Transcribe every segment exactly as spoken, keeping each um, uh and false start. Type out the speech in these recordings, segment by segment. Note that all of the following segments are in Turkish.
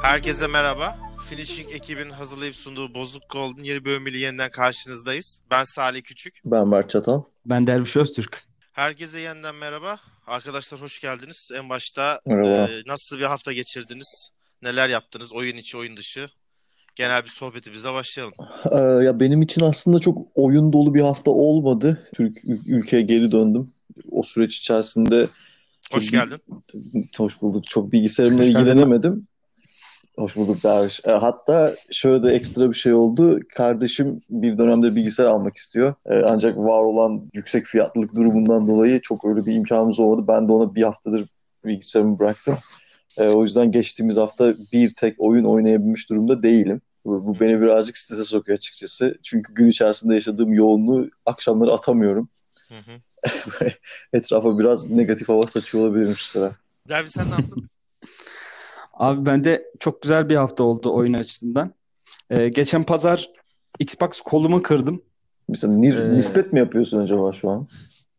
Herkese merhaba. Finishing ekibinin hazırlayıp sunduğu Bozuk Gold'un yeni bölümüyle yeniden karşınızdayız. Ben Salih Küçük. Ben Mert Çatal. Ben Derviş Öztürk. Herkese yeniden merhaba. Arkadaşlar hoş geldiniz. En başta e, Merhaba. nasıl bir hafta geçirdiniz? Neler yaptınız? Oyun içi, oyun dışı. Genel bir sohbetimize başlayalım. Ee, ya benim için aslında çok oyun dolu bir hafta olmadı. Türk ül- ülkeye geri döndüm. O süreç içerisinde çok Hoş geldin. hoş bulduk. Çok bilgisayarımla Hoş geldin. ilgilenemedim. Hoş bulduk Derviş. Ee, hatta şöyle de ekstra bir şey oldu. Kardeşim bir dönemde bilgisayar almak istiyor. Ee, ancak var olan yüksek fiyatlılık durumundan dolayı çok öyle bir imkanımız olmadı. Ben de ona bir haftadır bilgisayarımı bıraktım. Ee, o yüzden geçtiğimiz hafta bir tek oyun oynayabilmiş durumda değilim. Bu, bu beni birazcık strese sokuyor açıkçası. Çünkü gün içerisinde yaşadığım yoğunluğu akşamları atamıyorum. Hı hı. Etrafa biraz negatif hava saçıyor olabilirim şu sıra. Dervi sen ne yaptın? Abi bende çok güzel bir hafta oldu oyun açısından. Ee, geçen pazar Xbox kolumu kırdım. Mesela ni- Ee, nispet mi yapıyorsun acaba şu an?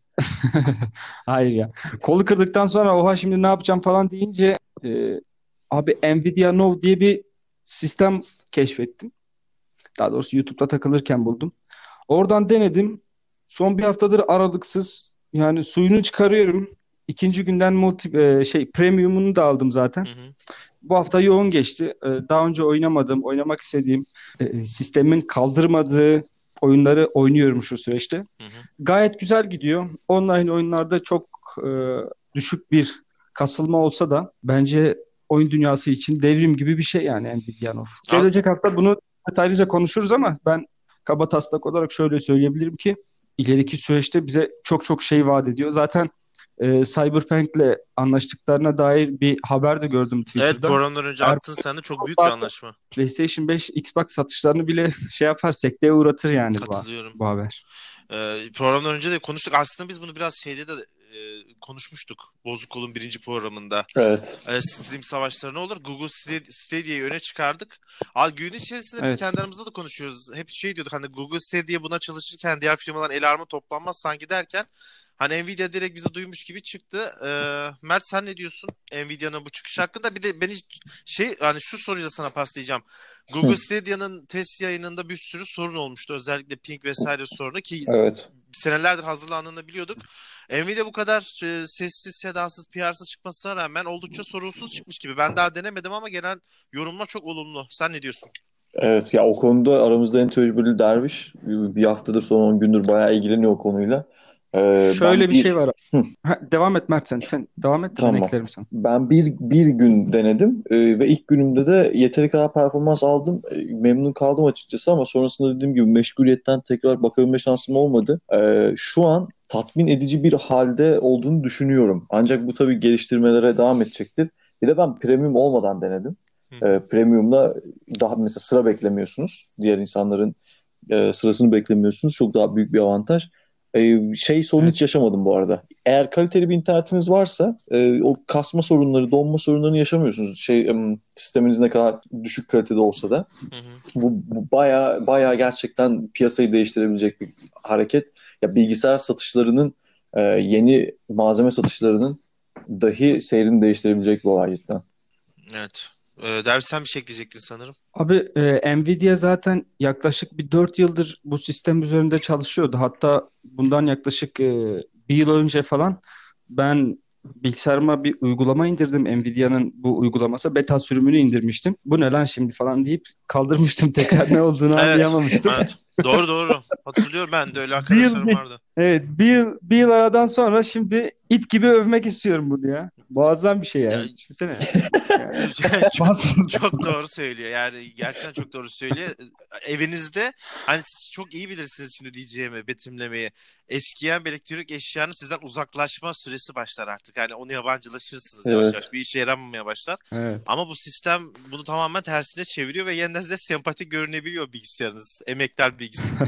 Hayır ya. Kolu kırdıktan sonra oha şimdi ne yapacağım falan deyince e, abi Nvidia Now diye bir sistem keşfettim. Daha doğrusu YouTube'da takılırken buldum. Oradan denedim. Son bir haftadır aralıksız yani suyunu çıkarıyorum. İkinci günden multi, e, şey premiumunu da aldım zaten. Hı hı. Bu hafta yoğun geçti. Ee, Daha önce oynamadığım, oynamak istediğim, e, sistemin kaldırmadığı oyunları oynuyorum şu süreçte. Hı hı. Gayet güzel gidiyor. Online oyunlarda çok e, düşük bir kasılma olsa da bence oyun dünyası için devrim gibi bir şey yani Nvidia Note. Al- Gelecek hafta bunu detaylıca konuşuruz ama ben kabataslak olarak şöyle söyleyebilirim ki ileriki süreçte bize çok çok şey vaat ediyor. Zaten e, Cyberpunk'le anlaştıklarına dair bir haber de gördüm Evet, Twitter'da. programdan önce Eğer attın sen de çok büyük bir anlaşma. PlayStation beş, Xbox satışlarını bile şey yapar, sekteye uğratır yani bu, Katılıyorum. bu haber. Ee, programdan önce de konuştuk. Aslında biz bunu biraz şeyde de e, konuşmuştuk. Bozuk Kol'un birinci programında. Evet. E, stream savaşları ne olur? Google Stad- Stadia'yı öne çıkardık. Abi gün içerisinde biz Evet. kendi aramızda da konuşuyoruz. Hep şey diyorduk, hani Google Stadia buna çalışırken diğer firmaların el armı toplanmaz sanki derken hani Nvidia direkt bizi duymuş gibi çıktı. E, Mert sen ne diyorsun Nvidia'nın bu çıkış hakkında? Bir de beni şey, hani şu soruyla sana paslayacağım. Google Hı. Stadia'nın test yayınında bir sürü sorun olmuştu. Özellikle ping vesaire sorunu ki Evet. senelerdir hazırlandığını biliyorduk. Nvidia bu kadar e, sessiz, sedasız, P R'sız çıkmasına rağmen oldukça sorunsuz çıkmış gibi. Ben daha denemedim ama genel yorumlar çok olumlu. Sen ne diyorsun? Evet ya, o konuda aramızda en tecrübeli Derviş. Bir haftadır, son on gündür bayağı ilgileniyor o konuyla. Ee, ben Şöyle bir şey bir var. Ha, devam et Mert sen. Sen devam et de ben Tamam. eklerim sana. Ben bir, bir gün denedim Ee, ve ilk günümde de yeteri kadar performans aldım. Ee, memnun kaldım açıkçası, ama sonrasında dediğim gibi meşguliyetten tekrar bakabilme şansım olmadı. Ee, şu an tatmin edici bir halde olduğunu düşünüyorum. Ancak bu tabii geliştirmelere devam edecektir. Bir de ben premium olmadan denedim. Hı hı. Ee, premium'da daha mesela sıra beklemiyorsunuz. Diğer insanların e, sırasını beklemiyorsunuz. Çok daha büyük bir avantaj. Ee, şey sorunu Evet. hiç yaşamadım bu arada. Eğer kaliteli bir internetiniz varsa e, o kasma sorunları, donma sorunlarını yaşamıyorsunuz. Şey, em, sisteminiz ne kadar düşük kalitede olsa da. Hı hı. Bu, bu bayağı bayağı gerçekten piyasayı değiştirebilecek bir hareket. Ya bilgisayar satışlarının, e, yeni malzeme satışlarının dahi seyrini değiştirebilecek bir olay cidden. Evet. Ee, Derviş sen bir şey ekleyecektin sanırım. Abi e, Nvidia zaten yaklaşık bir dört yıldır bu sistem üzerinde çalışıyordu. Hatta bundan yaklaşık e, bir yıl önce falan ben bilgisayarıma bir uygulama indirdim. Nvidia'nın bu uygulaması beta sürümünü indirmiştim. Bu ne lan şimdi falan deyip kaldırmıştım, tekrar ne olduğunu Evet. anlayamamıştım. Evet. Doğru doğru. Hatırlıyorum, ben de öyle Bir yıl arkadaşlarım geç. vardı. Evet, bir yıl, bir yıl aradan sonra şimdi it gibi övmek istiyorum bunu ya. Muazzam bir şey Ya, yani. Düşünsene. Yani çok, bazı çok doğru söylüyor. Yani gerçekten çok doğru söylüyor. Evinizde hani siz çok iyi bilirsiniz şimdi diyeceğimi, betimlemeyi. Eskiyen bir elektrik eşyanın sizden uzaklaşma süresi başlar artık. Hani onu yabancılaşırsınız yavaş Evet. yavaş. Bir işe yaramamaya başlar. evet. Ama bu sistem bunu tamamen tersine çeviriyor ve yeniden size sempatik görünebiliyor bilgisayarınız. Emektar bilgisayarınız.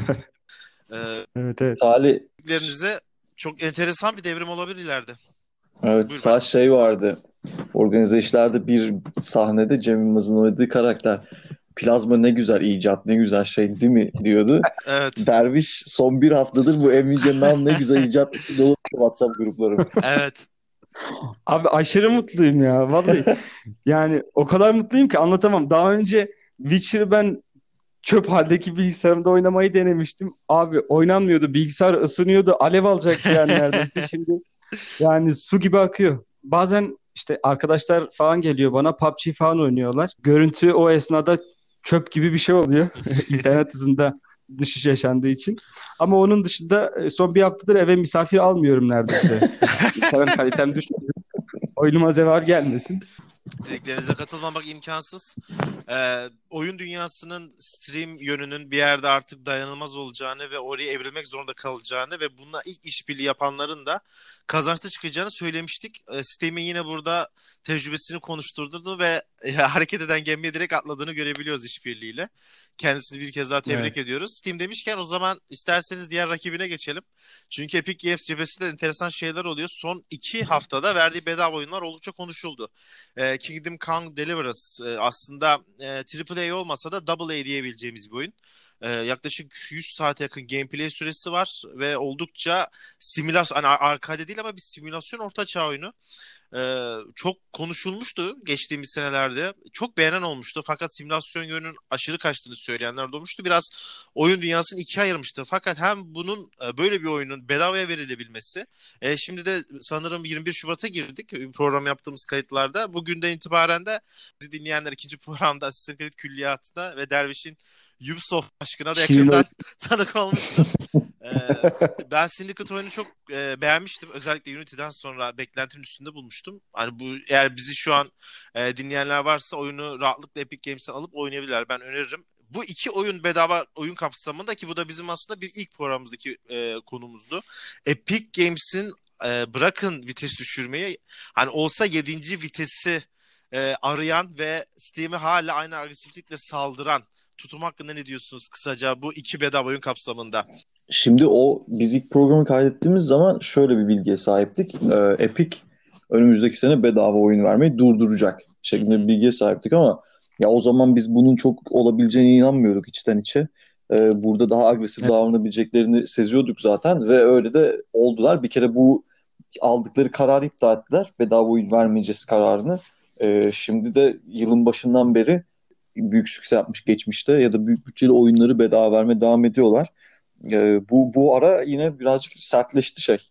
Ee, Evet, evet. Salih, Bilgilerinize çok enteresan bir devrim olabilir ileride. evet, Buyur sağ Mert. şey vardı. Organize işlerde bir sahnede Cem Yılmaz'ın oynadığı karakter, plazma ne güzel icat, ne güzel şey değil mi diyordu. Evet. Derviş son bir haftadır bu Nvidia Now ne güzel icat dolu WhatsApp gruplarım. Evet. Abi aşırı mutluyum ya vallahi. Yani o kadar mutluyum ki anlatamam. Daha önce Witcher'ı ben çöp haldeki bilgisayarımda oynamayı denemiştim. Abi oynanmıyordu. Bilgisayar ısınıyordu. Alev alacaktı yani neredeyse. Şimdi yani su gibi akıyor. Bazen işte arkadaşlar falan geliyor bana P U B G falan oynuyorlar. Görüntü o esnada çöp gibi bir şey oluyor. İnternet hızında düşüş yaşandığı için. Ama onun dışında e, son bir haftadır eve misafir almıyorum neredeyse. İnternet kalitem düştü. Oyunuma zeval gelmesin. Dediklerinize katılmamak imkansız. Ee, oyun dünyasının stream yönünün bir yerde artık dayanılmaz olacağını ve oraya evrilmek zorunda kalacağını ve bununla ilk işbirliği yapanların da kazançlı çıkacağını söylemiştik. Ee, Steam'in yine burada tecrübesini konuşturdu ve e, hareket eden gemiye direkt atladığını görebiliyoruz işbirliğiyle. Kendisini bir kez daha tebrik Evet. ediyoruz. Steam demişken o zaman isterseniz diğer rakibine geçelim. Çünkü Epic Games cephesinde enteresan şeyler oluyor. Son iki haftada verdiği bedava oyunlar oldukça konuşuldu. E, Kingdom Come Deliverance e, aslında e, Triple A olmasa da Double A diyebileceğimiz bir oyun. E, yaklaşık yüz saate yakın gameplay süresi var ve oldukça simülasyon, hani arkade değil ama bir simülasyon ortaçağ oyunu. Ee, çok konuşulmuştu geçtiğimiz senelerde. Çok beğenen olmuştu. Fakat simülasyon yönünün aşırı kaçtığını söyleyenler de olmuştu. Biraz oyun dünyasını ikiye ayırmıştı. Fakat hem bunun e, böyle bir oyunun bedavaya verilebilmesi. E, şimdi de sanırım yirmi bir Şubat'a girdik program yaptığımız kayıtlarda. Bugünden itibaren de bizi dinleyenler ikinci programda Assassin's Creed Külliyatı'na ve Derviş'in Ubisoft aşkına da Şirin oyun. yakından tanık olmuştur. Ee, Ben Syndicate oyunu çok e, beğenmiştim. Özellikle Unity'den sonra beklentimin üstünde bulmuştum. Hani bu, eğer bizi şu an e, dinleyenler varsa oyunu rahatlıkla Epic Games'ten alıp oynayabilirler. Ben öneririm. Bu iki oyun bedava oyun kapsamında, ki bu da bizim aslında bir ilk programımızdaki e, konumuzdu. Epic Games'in e, bırakın vites düşürmeyi, hani olsa yedinci vitesi e, arayan ve Steam'e hala aynı agresiflikle saldıran tutum hakkında ne diyorsunuz kısaca bu iki bedava oyun kapsamında? Şimdi o biz ilk programı kaydettiğimiz zaman şöyle bir bilgiye sahiptik. Ee, Epic önümüzdeki sene bedava oyun vermeyi durduracak şeklinde bir bilgiye sahiptik ama ya o zaman biz bunun çok olabileceğine inanmıyorduk içten içe. Ee, burada daha agresif Evet. davranabileceklerini seziyorduk zaten ve öyle de oldular. Bir kere bu aldıkları kararı iptal ettiler. Bedava oyun vermeyeceğiz kararını. Ee, şimdi de yılın başından beri büyük sükse yapmış geçmişte ya da büyük bütçeli oyunları bedava vermeye devam ediyorlar. Ee, bu bu ara yine birazcık sertleşti şey.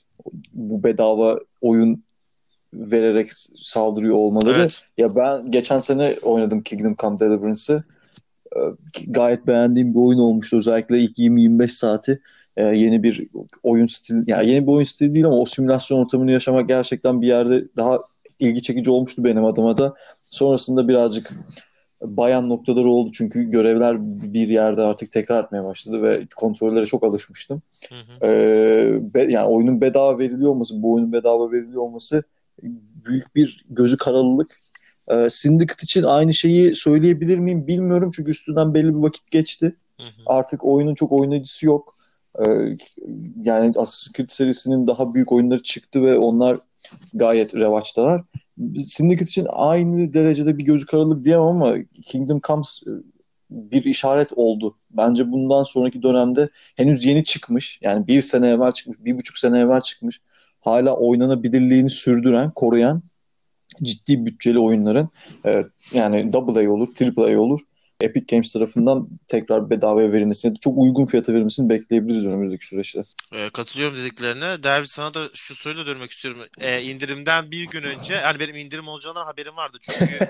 Bu bedava oyun vererek saldırıyor olmaları. Evet. Ya ben geçen sene oynadım Kingdom Come Deliverance'ı. Ee, Gayet beğendiğim bir oyun olmuştu. Özellikle ilk yirmi yirmi beş saati e, yeni bir oyun stili, yani yeni bir oyun stili değil ama o simülasyon ortamını yaşamak gerçekten bir yerde daha ilgi çekici olmuştu benim adıma da. Sonrasında birazcık bayan noktaları oldu çünkü görevler bir yerde artık tekrar etmeye başladı ve kontrollere çok alışmıştım. Hı hı. Ee, be, yani oyunun bedava veriliyor olması, bu oyunun bedava veriliyor olması büyük bir gözü karalılık. Ee, Syndicate için aynı şeyi söyleyebilir miyim bilmiyorum çünkü üstünden belli bir vakit geçti. Hı hı. Artık oyunun çok oynayıcısı yok. Ee, yani Assassin's Creed serisinin daha büyük oyunları çıktı ve onlar gayet revaçtalar. Syndicate için aynı derecede bir gözü karalık diyemem ama Kingdom Comes e, bir işaret oldu. Bence bundan sonraki dönemde henüz yeni çıkmış. Yani bir sene evvel çıkmış, bir buçuk sene evvel çıkmış. Hala oynanabilirliğini sürdüren, koruyan ciddi bütçeli oyunların e, yani Double A olur, Triple A olur. Epic Games tarafından tekrar bedavaya verilmesini, çok uygun fiyata verilmesini bekleyebiliriz önümüzdeki süreçte. E, katılıyorum dediklerine. Derbi, sana da şu soruyla dönmek istiyorum. E, indirimden bir gün önce, yani benim indirim olacağından haberim vardı. Çünkü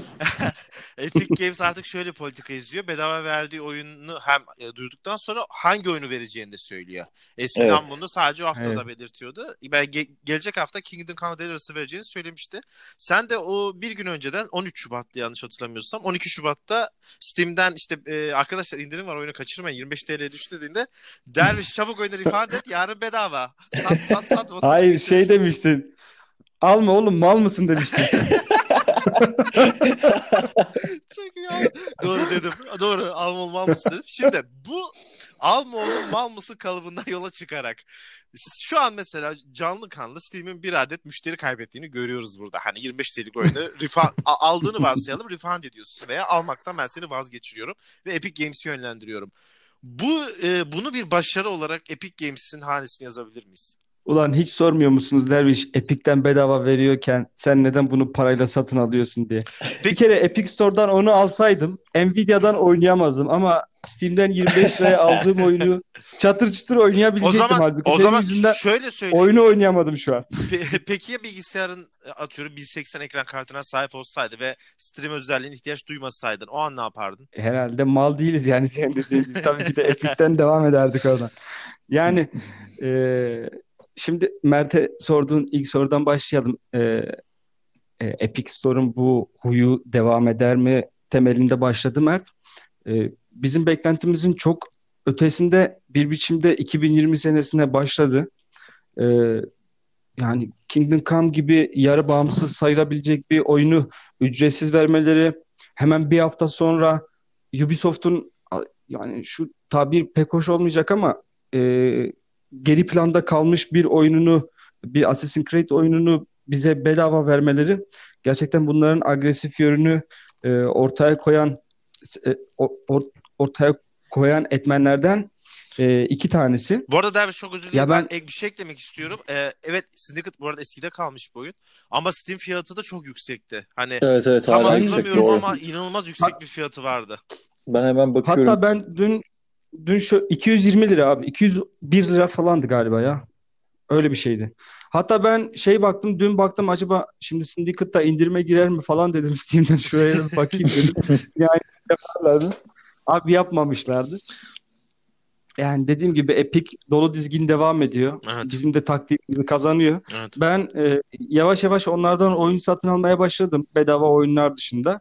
Epic Games artık şöyle politika izliyor. Bedava verdiği oyunu hem e, duyduktan sonra hangi oyunu vereceğini de söylüyor. Eskiden Evet. bunu sadece o Evet. haftada belirtiyordu. Ben ge- gelecek hafta Kingdom Come Deliverance'ı vereceğini söylemişti. Sen de o bir gün önceden on üç Şubat'ta yanlış hatırlamıyorsam on iki Şubat'ta Steam'den işte e, arkadaşlar indirim var oyunu kaçırmayın yirmi beş T L'ye düştü dediğinde Derviş çabuk oyunu refund et yarın bedava. Sat sat sat vatanı Hayır şey getirmişti. demiştin. Alma oğlum mal mısın demiştin. Çok iyi abi. Doğru dedim. Doğru. Alma oğlum mal mısın dedim. Şimdi bu alma oğlum mal mısın kalıbından yola çıkarak şu an mesela canlı kanlı Steam'in bir adet müşteri kaybettiğini görüyoruz burada. Hani yirmi beş T L'lik oyunu refund, aldığını varsayalım, refund ediyorsun veya almaktan ben seni vazgeçiriyorum ve Epic Games'i yönlendiriyorum. Bu e, bunu bir başarı olarak Epic Games'in hanesine yazabilir miyiz? Ulan hiç sormuyor musunuz Derviş, Epic'ten bedava veriyorken sen neden bunu parayla satın alıyorsun diye. Bir Peki kere Epic Store'dan onu alsaydım Nvidia'dan oynayamazdım ama Steam'den yirmi beş liraya aldığım oyunu çatır çutur o oynayabilecektim zaman halbuki. o Senin zaman yüzünden şöyle söyleyeyim. oyunu oynayamadım şu an. Pe- peki ya bilgisayarın e, atıyorum bin seksen ekran kartına sahip olsaydı ve stream özelliğine ihtiyaç duymasaydın o an ne yapardın? Herhalde mal değiliz yani senin dediğin gibi. Tabii ki de Epic'ten devam ederdik oradan. Yani e, şimdi Mert'e sorduğun ilk sorudan başlayalım. E, e, Epic Store'un bu huyu devam eder mi temelinde başladı Mert. E, bizim beklentimizin çok ötesinde bir biçimde iki bin yirmi senesine başladı. E, Yani Kingdom Come gibi yarı bağımsız sayılabilecek bir oyunu ücretsiz vermeleri, hemen bir hafta sonra Ubisoft'un a- yani şu tabir pek hoş olmayacak ama e, geri planda kalmış bir oyununu, bir Assassin's Creed oyununu bize bedava vermeleri gerçekten bunların agresif yönünü e, ortaya koyan e, o- or- ortaya koyan etmenlerden e, iki tanesi. Bu arada Derviş çok özür Ya dilerim. Ben ben ek bir şey eklemek istiyorum. Ee, evet Syndicate bu arada eskide kalmış bir oyun. Ama Steam fiyatı da çok yüksekti. Hani Evet, evet, tam hala yüksek, aynı hatırlamıyorum doğru. ama inanılmaz yüksek bir fiyatı vardı. Ben hemen bakıyorum. Hatta ben dün dün şu iki yüz yirmi lira abi. iki yüz bir lira falandı galiba ya. Öyle bir şeydi. Hatta ben şey baktım dün baktım acaba şimdi Syndicate'da indirime girer mi falan dedim Steam'den şuraya bir bakayım dedim. Yani yaparlardı. Abi yapmamışlardı. Yani dediğim gibi Epic dolu dizgin devam ediyor. Evet. Bizim de taktiğimizi kazanıyor. Evet. Ben e, yavaş yavaş onlardan oyun satın almaya başladım. Bedava oyunlar dışında.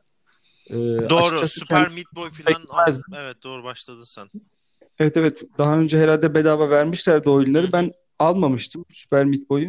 E, Doğru. açıkçası Super kendim Meat Boy falan al. beklemezdim. Evet doğru başladın sen. Evet, evet. Daha önce herhalde bedava vermişlerdi Hı oyunları. hı. Ben almamıştım Super Meat Boy'u.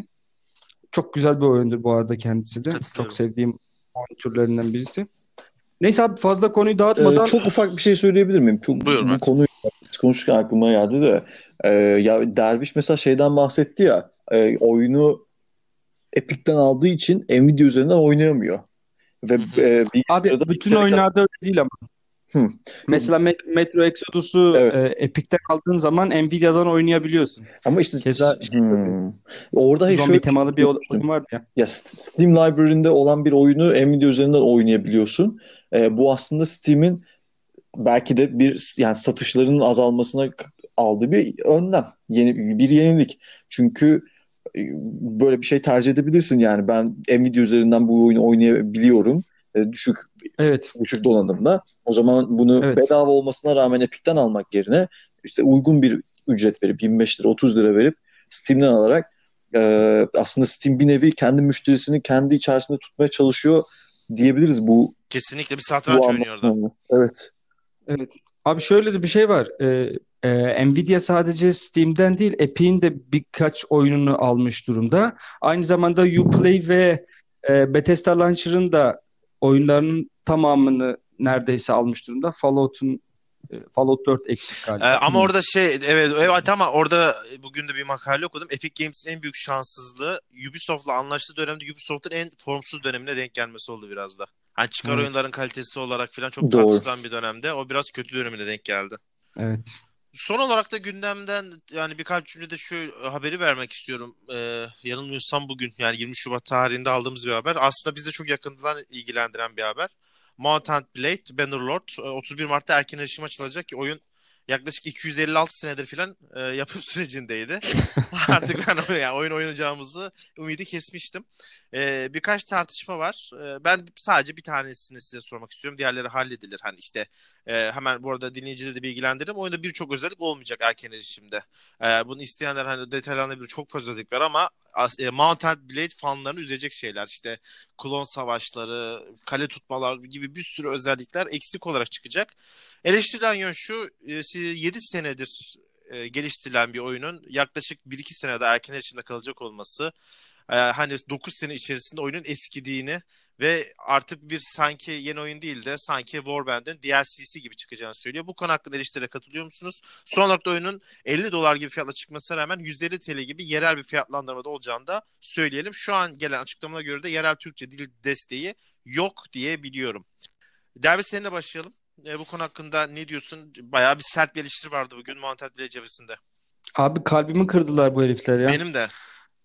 Çok güzel bir oyundur bu arada kendisi de. Çok Katılıyorum. sevdiğim oyun türlerinden birisi. Neyse abi fazla konuyu Ee, dağıtmadan çok ufak bir şey söyleyebilir miyim? Çok Buyur bu Mert. konuyu biz konuşurken aklıma geldi de. Ee, ya Derviş mesela şeyden bahsetti ya, e, oyunu Epic'ten aldığı için Nvidia üzerinden oynayamıyor. Ve Hı hı. e, abi bilgisayarı da bütün yeteri kadar. oyunlarda öyle değil ama. Hı. Yok, Mesela Met- Metro Exodus'u e, evet. Epic'ten aldığın zaman Nvidia'dan oynayabiliyorsun. Ama işte Keza şey böyle hmm, orada he- şöyle zombi bir şey temalı bir o- yapıyorsun. oyun vardı ya. Ya Steam Library'inde olan bir oyunu Nvidia üzerinden oynayabiliyorsun. E, bu aslında Steam'in belki de bir yani satışlarının azalmasına k- aldığı bir önlem. Yeni bir yenilik. Çünkü e, böyle bir şey tercih edebilirsin yani ben Nvidia üzerinden bu oyunu oynayabiliyorum. E, düşük Evet, düşük donanımda. O zaman bunu evet. bedava olmasına rağmen Epic'ten almak yerine işte uygun bir ücret verip yirmi beş lira otuz lira verip Steam'den alarak e, aslında Steam bir nevi kendi müşterisini kendi içerisinde tutmaya çalışıyor diyebiliriz bu Kesinlikle bir bu satranç oynuyor orada. anlamda. Evet. Evet. Abi şöyle de bir şey var. Ee, e, Nvidia sadece Steam'den değil, Epic'in de birkaç oyununu almış durumda. Aynı zamanda Uplay ve e, Bethesda Launcher'ın da oyunlarının tamamını neredeyse almış durumda. Fallout'un e, Fallout dört eksik Ee, galiba. ama Bilmiyorum. orada şey evet evet ama orada bugün de bir makale okudum. Epic Games'in en büyük şanssızlığı Ubisoft'la anlaştığı dönemde Ubisoft'un en formsuz dönemine denk gelmesi oldu biraz da. Hani çıkar Evet. oyunların kalitesi olarak falan çok Doğru. tartışılan bir dönemde. O biraz kötü dönemine denk geldi. Evet. Son olarak da gündemden yani birkaç cümlede şu haberi vermek istiyorum. Ee, yanılmıyorsam bugün yani yirmi Şubat tarihinde aldığımız bir haber. Aslında bizi çok yakından ilgilendiren bir haber. Mount and Blade Bannerlord e, otuz bir Mart'ta erken erişim açılacak ki oyun yaklaşık iki yüz elli altı senedir falan e, yapım sürecindeydi. Artık ben o- yani oyun oynayacağımızı ümidi kesmiştim. Ee, birkaç tartışma var. Ee, ben sadece bir tanesini size sormak istiyorum. Diğerleri halledilir. Hani işte e, hemen bu arada dinleyicileri de bilgilendirelim. Oyunda birçok özellik olmayacak erken erişimde. Ee, bunu isteyenler hani detaylandırabilir. Çok fazla özellik var ama as- e, Mount and Blade fanlarını üzecek şeyler. İşte klon savaşları, kale tutmalar gibi bir sürü özellikler eksik olarak çıkacak. Eleştirilen yön şu, e, yedi senedir e, geliştirilen bir oyunun yaklaşık bir iki senede erken erişimde kalacak olması, e, hani dokuz sene içerisinde oyunun eskidiğini ve artık bir sanki yeni oyun değil de sanki Warband'in D L C'si gibi çıkacağını söylüyor. Bu konu hakkında eleştirilere katılıyor musunuz? Son olarak da oyunun elli dolar gibi fiyatla çıkmasına rağmen yüz elli T L gibi yerel bir fiyatlandırmada olacağını da söyleyelim. Şu an gelen açıklamana göre de yerel Türkçe dil desteği yok diye biliyorum. Derviş seninle başlayalım. E, bu konu hakkında ne diyorsun? Bayağı bir sert bir eleştiri vardı bugün Muhammed Bile cephesinde. Abi kalbimi kırdılar bu herifler ya. Benim de.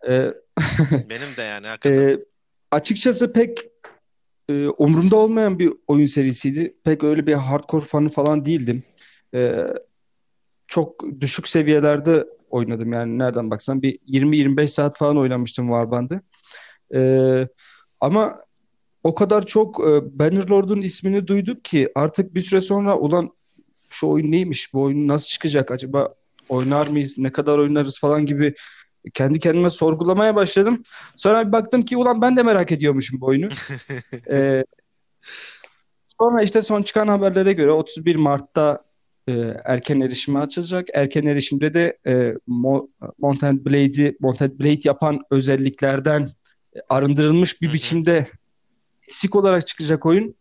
Ee, Benim de yani hakikaten. e, Açıkçası pek e, umurumda olmayan bir oyun serisiydi. Pek öyle bir hardcore fanı falan değildim. Ee, Çok düşük seviyelerde oynadım, yani nereden baksan bir yirmi yirmi beş saat falan oynamıştım Warband'ı. Ee, Ama o kadar çok e, Bannerlord'un ismini duyduk ki artık bir süre sonra ulan şu oyun neymiş, bu oyun nasıl çıkacak acaba, oynar mıyız, ne kadar oynarız falan gibi kendi kendime sorgulamaya başladım. Sonra bir baktım ki ulan ben de merak ediyormuşum bu oyunu. Ee, Sonra işte son çıkan haberlere göre otuz bir Mart'ta e, erken erişime açılacak. Erken erişimde de e, Mo Mount and Blade'i Mount and Blade yapan özelliklerden e, arındırılmış Hı bir hı. biçimde eksik olarak çıkacak oyun.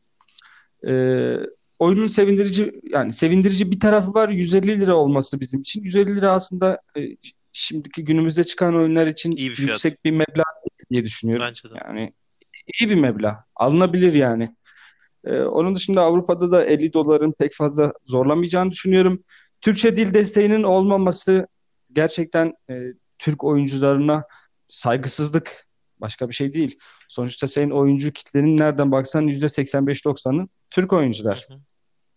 E, Oyunun sevindirici, yani sevindirici bir tarafı var, yüz elli lira olması bizim için. yüz elli lira aslında e, şimdiki günümüzde çıkan oyunlar için İyi bir fiyat. yüksek bir meblağ değil diye düşünüyorum. Bence de. Yani iyi bir meblağ. Alınabilir yani. Ee, onun dışında Avrupa'da da elli doların pek fazla zorlamayacağını düşünüyorum. Türkçe dil desteğinin olmaması gerçekten e, Türk oyuncularına saygısızlık, başka bir şey değil. Sonuçta senin oyuncu kitlenin nereden baksan yüzde seksen beş doksanı Türk Hı oyuncular. hı.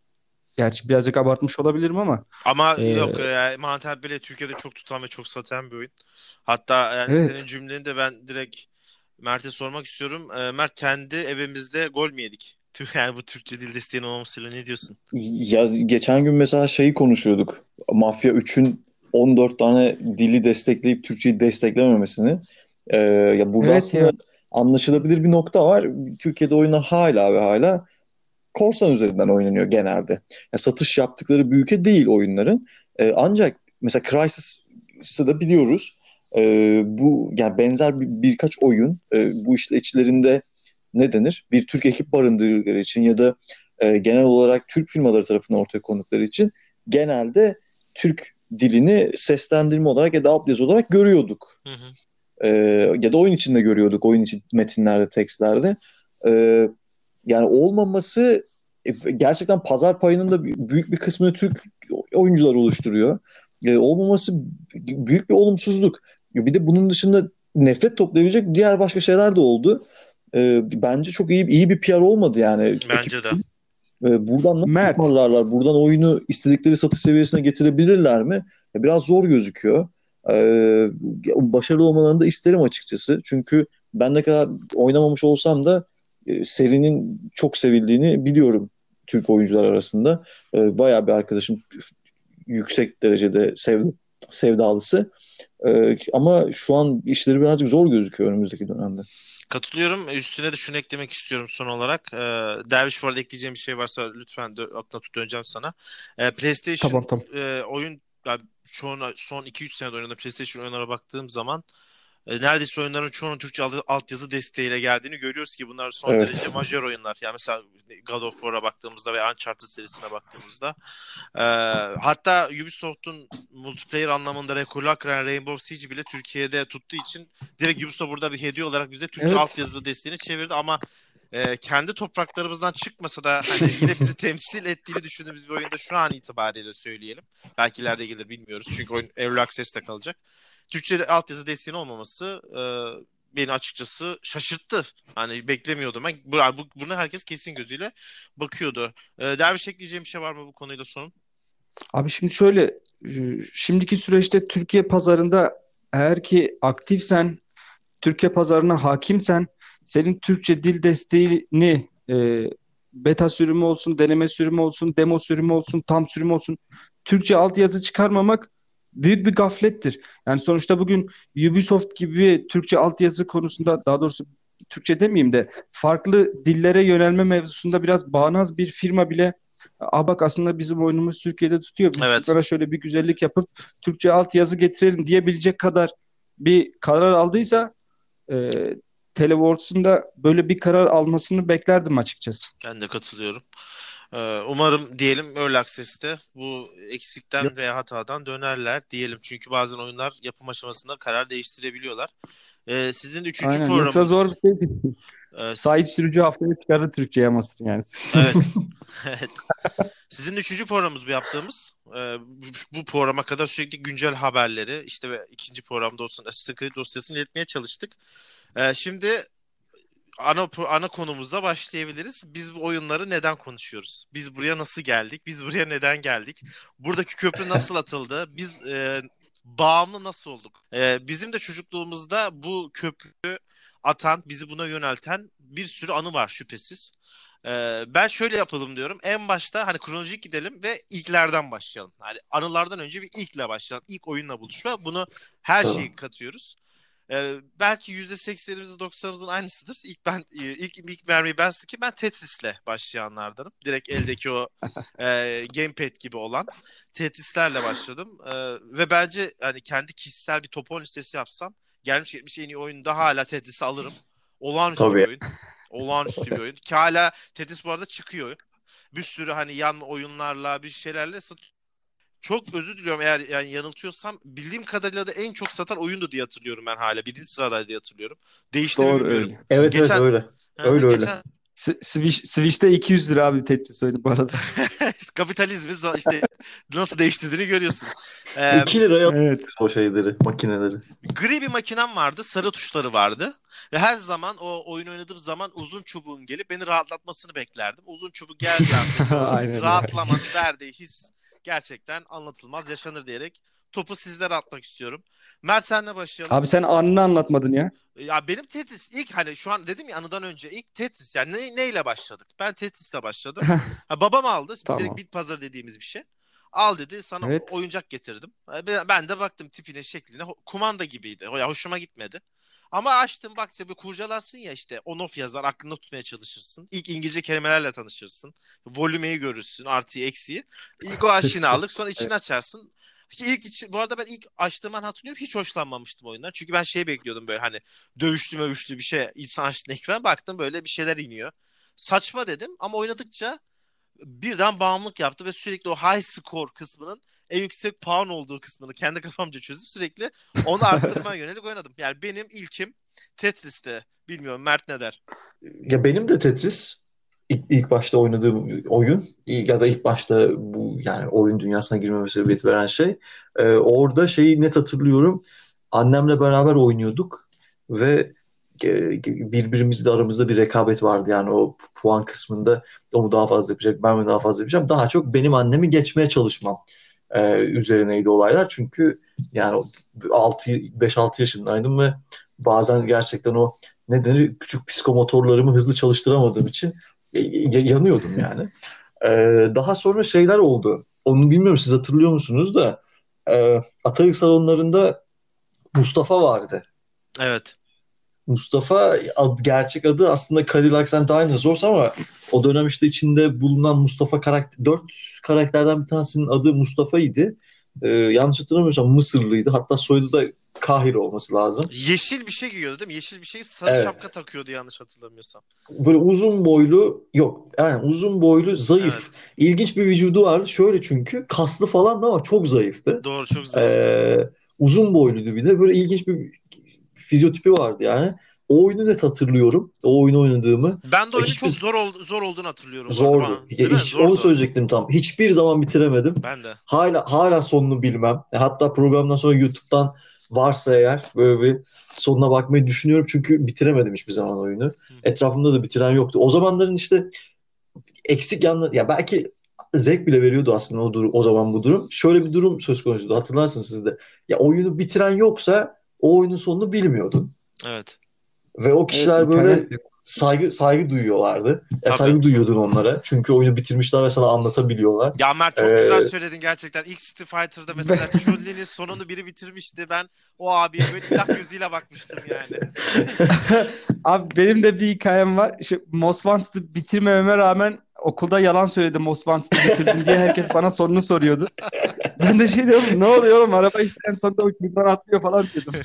Gerçi birazcık abartmış olabilirim ama Ama e, yok yani Mantel bile Türkiye'de çok tutan ve çok satan bir oyun. Hatta yani senin evet. cümleni de ben direkt Mert'e sormak istiyorum. Ee, Mert kendi evimizde gol mü yedik? Tüh, yani bu Türkçe dil desteğinin olmamasıyla ne diyorsun? Ya geçen gün mesela şeyi konuşuyorduk. Mafya üçün on dört tane dili destekleyip Türkçeyi desteklememesini. Ee, ya burada Evet aslında ya. anlaşılabilir bir nokta var. Türkiye'de oyunlar hala ve hala korsan üzerinden oynanıyor genelde. Ya satış yaptıkları bir ülke değil oyunların. Ee, ancak mesela Crysis'ı da biliyoruz. Ee, bu yani benzer bir, birkaç oyun e, bu işle içlerinde ne denir? Bir Türk ekip barındırdıkları için ya da e, genel olarak Türk firmaları tarafından ortaya kondukları için genelde Türk dilini seslendirme olarak ya da altyazı olarak görüyorduk. Hı hı. Ee, Ya da oyun içinde görüyorduk, oyun içi metinlerde, tekstlerde. Ee, Yani olmaması e, gerçekten pazar payının da büyük bir kısmını Türk oyuncular oluşturuyor. Ee, olmaması büyük bir olumsuzluk. Bir de bunun dışında nefret toplayabilecek diğer başka şeyler de oldu. Ee, bence çok iyi iyi bir P R olmadı yani ekip. Bence de. Ee, buradan nasıl Mert, toparlarlar? Buradan oyunu istedikleri satış seviyesine getirebilirler mi? E, Biraz zor gözüküyor. Ee, Başarılı olmalarını da isterim açıkçası. Çünkü ben ne kadar oynamamış olsam da e, serinin çok sevildiğini biliyorum Türk oyuncular arasında. Ee, bayağı bir arkadaşım yüksek derecede sev, sevdalısı. Ee, ama şu an işleri birazcık zor gözüküyor önümüzdeki dönemde. Katılıyorum. Üstüne de şunu eklemek istiyorum son olarak. Ee, Derviş, bu arada ekleyeceğim bir şey varsa lütfen dö- aklına tut, döneceğim sana. Ee, PlayStation tamam tamam. e, oyun yani çoğuna, son iki üç senede oynadığım PlayStation oyunlara baktığım zaman e, neredeyse oyunların çoğunun Türkçe alt- altyazı desteğiyle geldiğini görüyoruz ki bunlar son derece Evet. majör oyunlar. Yani mesela God of War'a baktığımızda ve Uncharted serisine baktığımızda e, hatta Ubisoft'un multiplayer anlamında rekorlar kıran Rainbow Siege bile Türkiye'de tuttuğu için direkt Ubisoft burada bir hediye olarak bize Türkçe Evet. altyazı desteğini çevirdi ama e, kendi topraklarımızdan çıkmasa da hani yine bizi temsil ettiğini düşündüğümüz bir oyunda şu an itibariyle söyleyelim. Belki ileride gelir bilmiyoruz. Çünkü oyun Early Access'te kalacak. Türkçe altyazı desteğinin olmaması e, beni açıkçası şaşırttı. Hani beklemiyordum. Ben, bu, bu- bunu herkes kesin gözüyle bakıyordu. E, Derviş, ekleyeceğim bir şey var mı bu konuyla sonun? Abi şimdi şöyle, e, şimdiki süreçte Türkiye pazarında eğer ki aktifsen, Türkiye pazarına hakimsen, senin Türkçe dil desteğini e, beta sürümü olsun, deneme sürümü olsun, demo sürümü olsun, tam sürümü olsun, Türkçe altyazı çıkarmamak büyük bir gaflettir. Yani sonuçta bugün Ubisoft gibi Türkçe altyazı konusunda, daha doğrusu Türkçe demeyeyim de farklı dillere yönelme mevzusunda biraz bağnaz bir firma bile, Aa bak aslında bizim oyunumuz Türkiye'de tutuyor, biz Evet. şunlara şöyle bir güzellik yapıp Türkçe altyazı getirelim diyebilecek kadar bir karar aldıysa, e, Teleworks'un da böyle bir karar almasını beklerdim açıkçası. Ben de katılıyorum. Ee, umarım diyelim Early Access'te bu eksikten Yok. veya hatadan dönerler diyelim. Çünkü bazen oyunlar yapım aşamasında karar değiştirebiliyorlar. Ee, sizin üçüncü Aynen. Yoksa zor programımız. bir şey değil. Ee, s- Sait sürücü haftaya çıkarır Türkçe yamasın yani. evet. Evet. Sizin üçüncü programımız bu yaptığımız. Ee, bu bu programa kadar sürekli güncel haberleri işte ve ikinci programda olsun Assassin's Creed dosyasını iletmeye çalıştık. Ee, şimdi ana ana konumuzla başlayabiliriz. Biz bu oyunları neden konuşuyoruz? Biz buraya nasıl geldik? Biz buraya neden geldik? Buradaki köprü nasıl atıldı? Biz e, bağımlı nasıl olduk? E, bizim de çocukluğumuzda bu köprü atan, bizi buna yönelten bir sürü anı var şüphesiz. E, ben şöyle yapalım diyorum. En başta hani kronolojik gidelim ve ilklerden başlayalım. Yani anılardan önce bir ilkle başlayalım. İlk oyunla buluşma. Bunu her Tamam. şeyi katıyoruz. Ee, belki yüzde seksenimizin doksanımızın aynısıdır. İlk ben e, ilk ilk mermiyi ben sıkayım. Ben Tetris'le başlayanlardanım. Direkt eldeki o e, gamepad gibi olan Tetris'lerle başladım. Ee, ve bence hani kendi kişisel bir top on listesi yapsam gelmiş geçmiş en iyi oyunda hala Tetris'i alırım. Olağanüstü bir Tabii. oyun. Olağanüstü bir oyun. Ki hala Tetris bu arada çıkıyor. Bir sürü hani yan oyunlarla bir şeylerle satıyor. Çok özür diliyorum eğer yani yanıltıyorsam. Bildiğim kadarıyla da en çok satan oyundu diye hatırlıyorum ben hala. Birinci sıradaydı diye hatırlıyorum. Değişti mi Doğru bilmiyorum. öyle. Evet evet Geçen öyle. Hı hı, Öyle öyle. geçen S- Switch, Switch'te iki yüz lira abi Tetris oyunu bu arada. kapitalizmi za- işte nasıl değiştirdiğini görüyorsun. Ee, iki liraya Evet. o şeyleri, makineleri. gri bir makinem vardı. Sarı tuşları vardı. Ve her zaman o oyun oynadığım zaman uzun çubuğun gelip beni rahatlatmasını beklerdim. Uzun çubuk geldiği andaki o Aynen öyle. rahatlamanın verdiği his gerçekten anlatılmaz, yaşanır diyerek topu sizlere atmak istiyorum. Mert senle başlayalım. Abi sen anını anlatmadın ya. Ya benim Tetris ilk hani şu an dedim ya anıdan önce ilk Tetris yani ne, neyle başladık? Ben Tetris'le başladım. Ha, babam aldı. Direkt Tamam. bit pazarı dediğimiz bir şey. Al dedi sana Evet. oyuncak getirdim. E, Ben ben de baktım tipine şekline ho- kumanda gibiydi. O ya hoşuma gitmedi. Ama açtım bak işte bir kurcalarsın ya işte on-off yazar aklında tutmaya çalışırsın. İlk İngilizce kelimelerle tanışırsın. Volümeyi görürsün artıyı eksiği. İlk o aşinalık sonra içini açarsın. Ki ilk içi, bu arada ben ilk açtığım an hatırlıyorum hiç hoşlanmamıştım oyundan. Çünkü ben şey bekliyordum böyle hani dövüşlü mövüşlü bir şey insan açtığında ekran baktım böyle bir şeyler iniyor. Saçma dedim ama oynadıkça birden bağımlılık yaptı ve sürekli o high score kısmının en yüksek puan olduğu kısmını kendi kafamca çözüp sürekli onu arttırmaya yönelik oynadım. Yani benim ilkim Tetris'te. Bilmiyorum Mert ne der? Ya benim de Tetris ilk, ilk başta oynadığım oyun ya da ilk başta bu yani oyun dünyasına girmeme sebebiyet veren şey. Ee, orada şeyi net hatırlıyorum. Annemle beraber oynuyorduk ve e, birbirimizle aramızda bir rekabet vardı. Yani o puan kısmında o mu daha fazla yapacak, ben mi daha fazla yapacağım. Daha çok benim annemi geçmeye çalışmam e, üzerineydi olaylar. Çünkü yani altı beş altı yaşındaydım ve bazen gerçekten o ne denir küçük psikomotorlarımı hızlı çalıştıramadığım için e, e, yanıyordum yani. Ee, daha sonra şeyler oldu. Onu bilmiyorum siz hatırlıyor musunuz da e, Atari salonlarında Mustafa vardı. Evet. Mustafa ad- gerçek adı aslında Cadillacs and Dinosaurs ama o dönem işte içinde bulunan Mustafa karakter dört karakterden bir tanesinin adı Mustafa'ydı. Ee, yanlış hatırlamıyorsam Mısırlıydı. Hatta soyadı da Kahire olması lazım. Yeşil bir şey giyiyordu değil mi? Yeşil bir şey sarı şapka Evet. takıyordu yanlış hatırlamıyorsam. Böyle uzun boylu yok yani uzun boylu zayıf Evet. ilginç bir vücudu vardı şöyle çünkü kaslı falan da ama çok zayıftı. Doğru çok zayıftı. Ee, uzun boyluydu bir de böyle ilginç bir fizyotipi vardı yani. O oyunu net hatırlıyorum. O oyunu oynadığımı. Ben de E, oyunun çok Hiçbir zor ol- zor olduğunu hatırlıyorum bu arada bana. zordu. Ya Değil mi? hiç, onu Zordu. söyleyecektim tam. Hiçbir zaman bitiremedim. Ben de. Hala hala sonunu bilmem. E, Hatta programdan sonra YouTube'dan varsa eğer böyle bir sonuna bakmayı düşünüyorum. Çünkü bitiremedim hiçbir zaman oyunu. Hı. Etrafımda da bitiren yoktu. O zamanların işte eksik yanları ya belki zevk bile veriyordu aslında o durum, o zaman bu durum. Şöyle bir durum söz konusuydu. Hatırlarsınız siz de. Ya oyunu bitiren yoksa o oyunun sonunu bilmiyordun. Evet. Ve o Evet, kişiler böyle internet yok. saygı saygı duyuyorlardı. Ya Tabii. saygı duyuyordun onlara. Çünkü oyunu bitirmişler ve sana anlatabiliyorlar. Ya Mert çok Ee, güzel söyledin gerçekten. İlk Street Fighter'da mesela Chun-Li'nin sonunu biri bitirmişti. Ben o abiye böyle ilah gözüyle bakmıştım yani. Abi benim de bir hikayem var. Şu Most Wanted'ı bitirmememe rağmen okulda yalan söyledim Most Wanted'ı bitirdim diye herkes bana sorunu soruyordu. Ben de şey diyorum ne oluyor oğlum araba işte en sonunda uçurumdan atlıyor falan diyordum.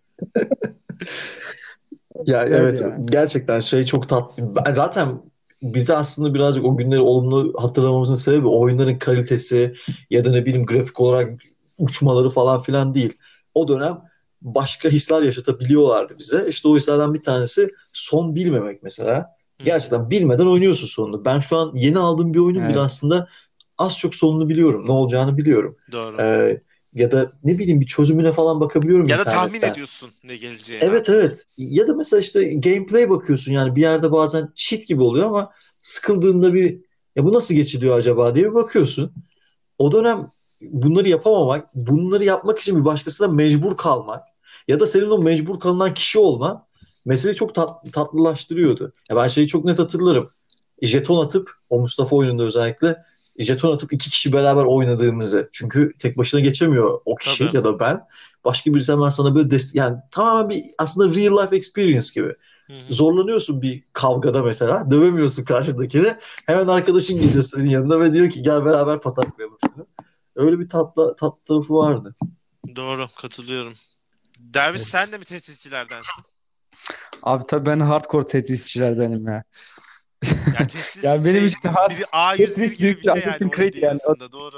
Ya Güzeldi evet ya. gerçekten şey çok tatlı. Ben zaten bize aslında birazcık o günleri olumlu hatırlamamızın sebebi o oyunların kalitesi ya da ne bileyim grafik olarak uçmaları falan filan değil. O dönem başka hisler yaşatabiliyorlardı bize. İşte o hislerden bir tanesi son bilmemek mesela. Hı hı. Gerçekten bilmeden oynuyorsun sonunu. Ben şu an yeni aldığım bir oyunun bile Evet. aslında az çok sonunu biliyorum. Ne olacağını biliyorum. Doğru. Ee, ya da ne bileyim bir çözümüne falan bakabiliyorum Ya da tahmin internetten. ediyorsun ne geleceğini Evet artık. evet. Ya da mesela işte gameplay bakıyorsun yani bir yerde bazen cheat gibi oluyor ama sıkıldığında bir ya bu nasıl geçiliyor acaba diye bir bakıyorsun. O dönem bunları yapamamak, bunları yapmak için bir başkasına mecbur kalmak ya da senin o mecbur kalınan kişi olman meseleyi çok tat- tatlılaştırıyordu. Ya ben şeyi çok net hatırlarım. Jeton atıp o Mustafa oyununda özellikle jeton atıp iki kişi beraber oynadığımızı. Çünkü tek başına geçemiyor o kişi Tabii. ya da ben. Başka birisi hemen sana böyle destek yani tamamen bir aslında real life experience gibi. Hı hı. Zorlanıyorsun bir kavgada mesela. Dövemiyorsun karşıdakini. Hemen arkadaşın geliyor senin yanına ve diyor ki gel beraber pataklayalım şunu. Öyle bir tatlı, tatlı tarafı vardı. Doğru, katılıyorum. Derviş, Evet. sen de mi tetikçilerdensin? Abi tabii ben hardcore Tetrisçilerdenim ya. Ya Tetris Yani benim için şeydir. hard, Biri A yüz bir Tetris gibi büyük bir bir şey yani Assassin's oyun Creed yani. dünyasında. Doğru.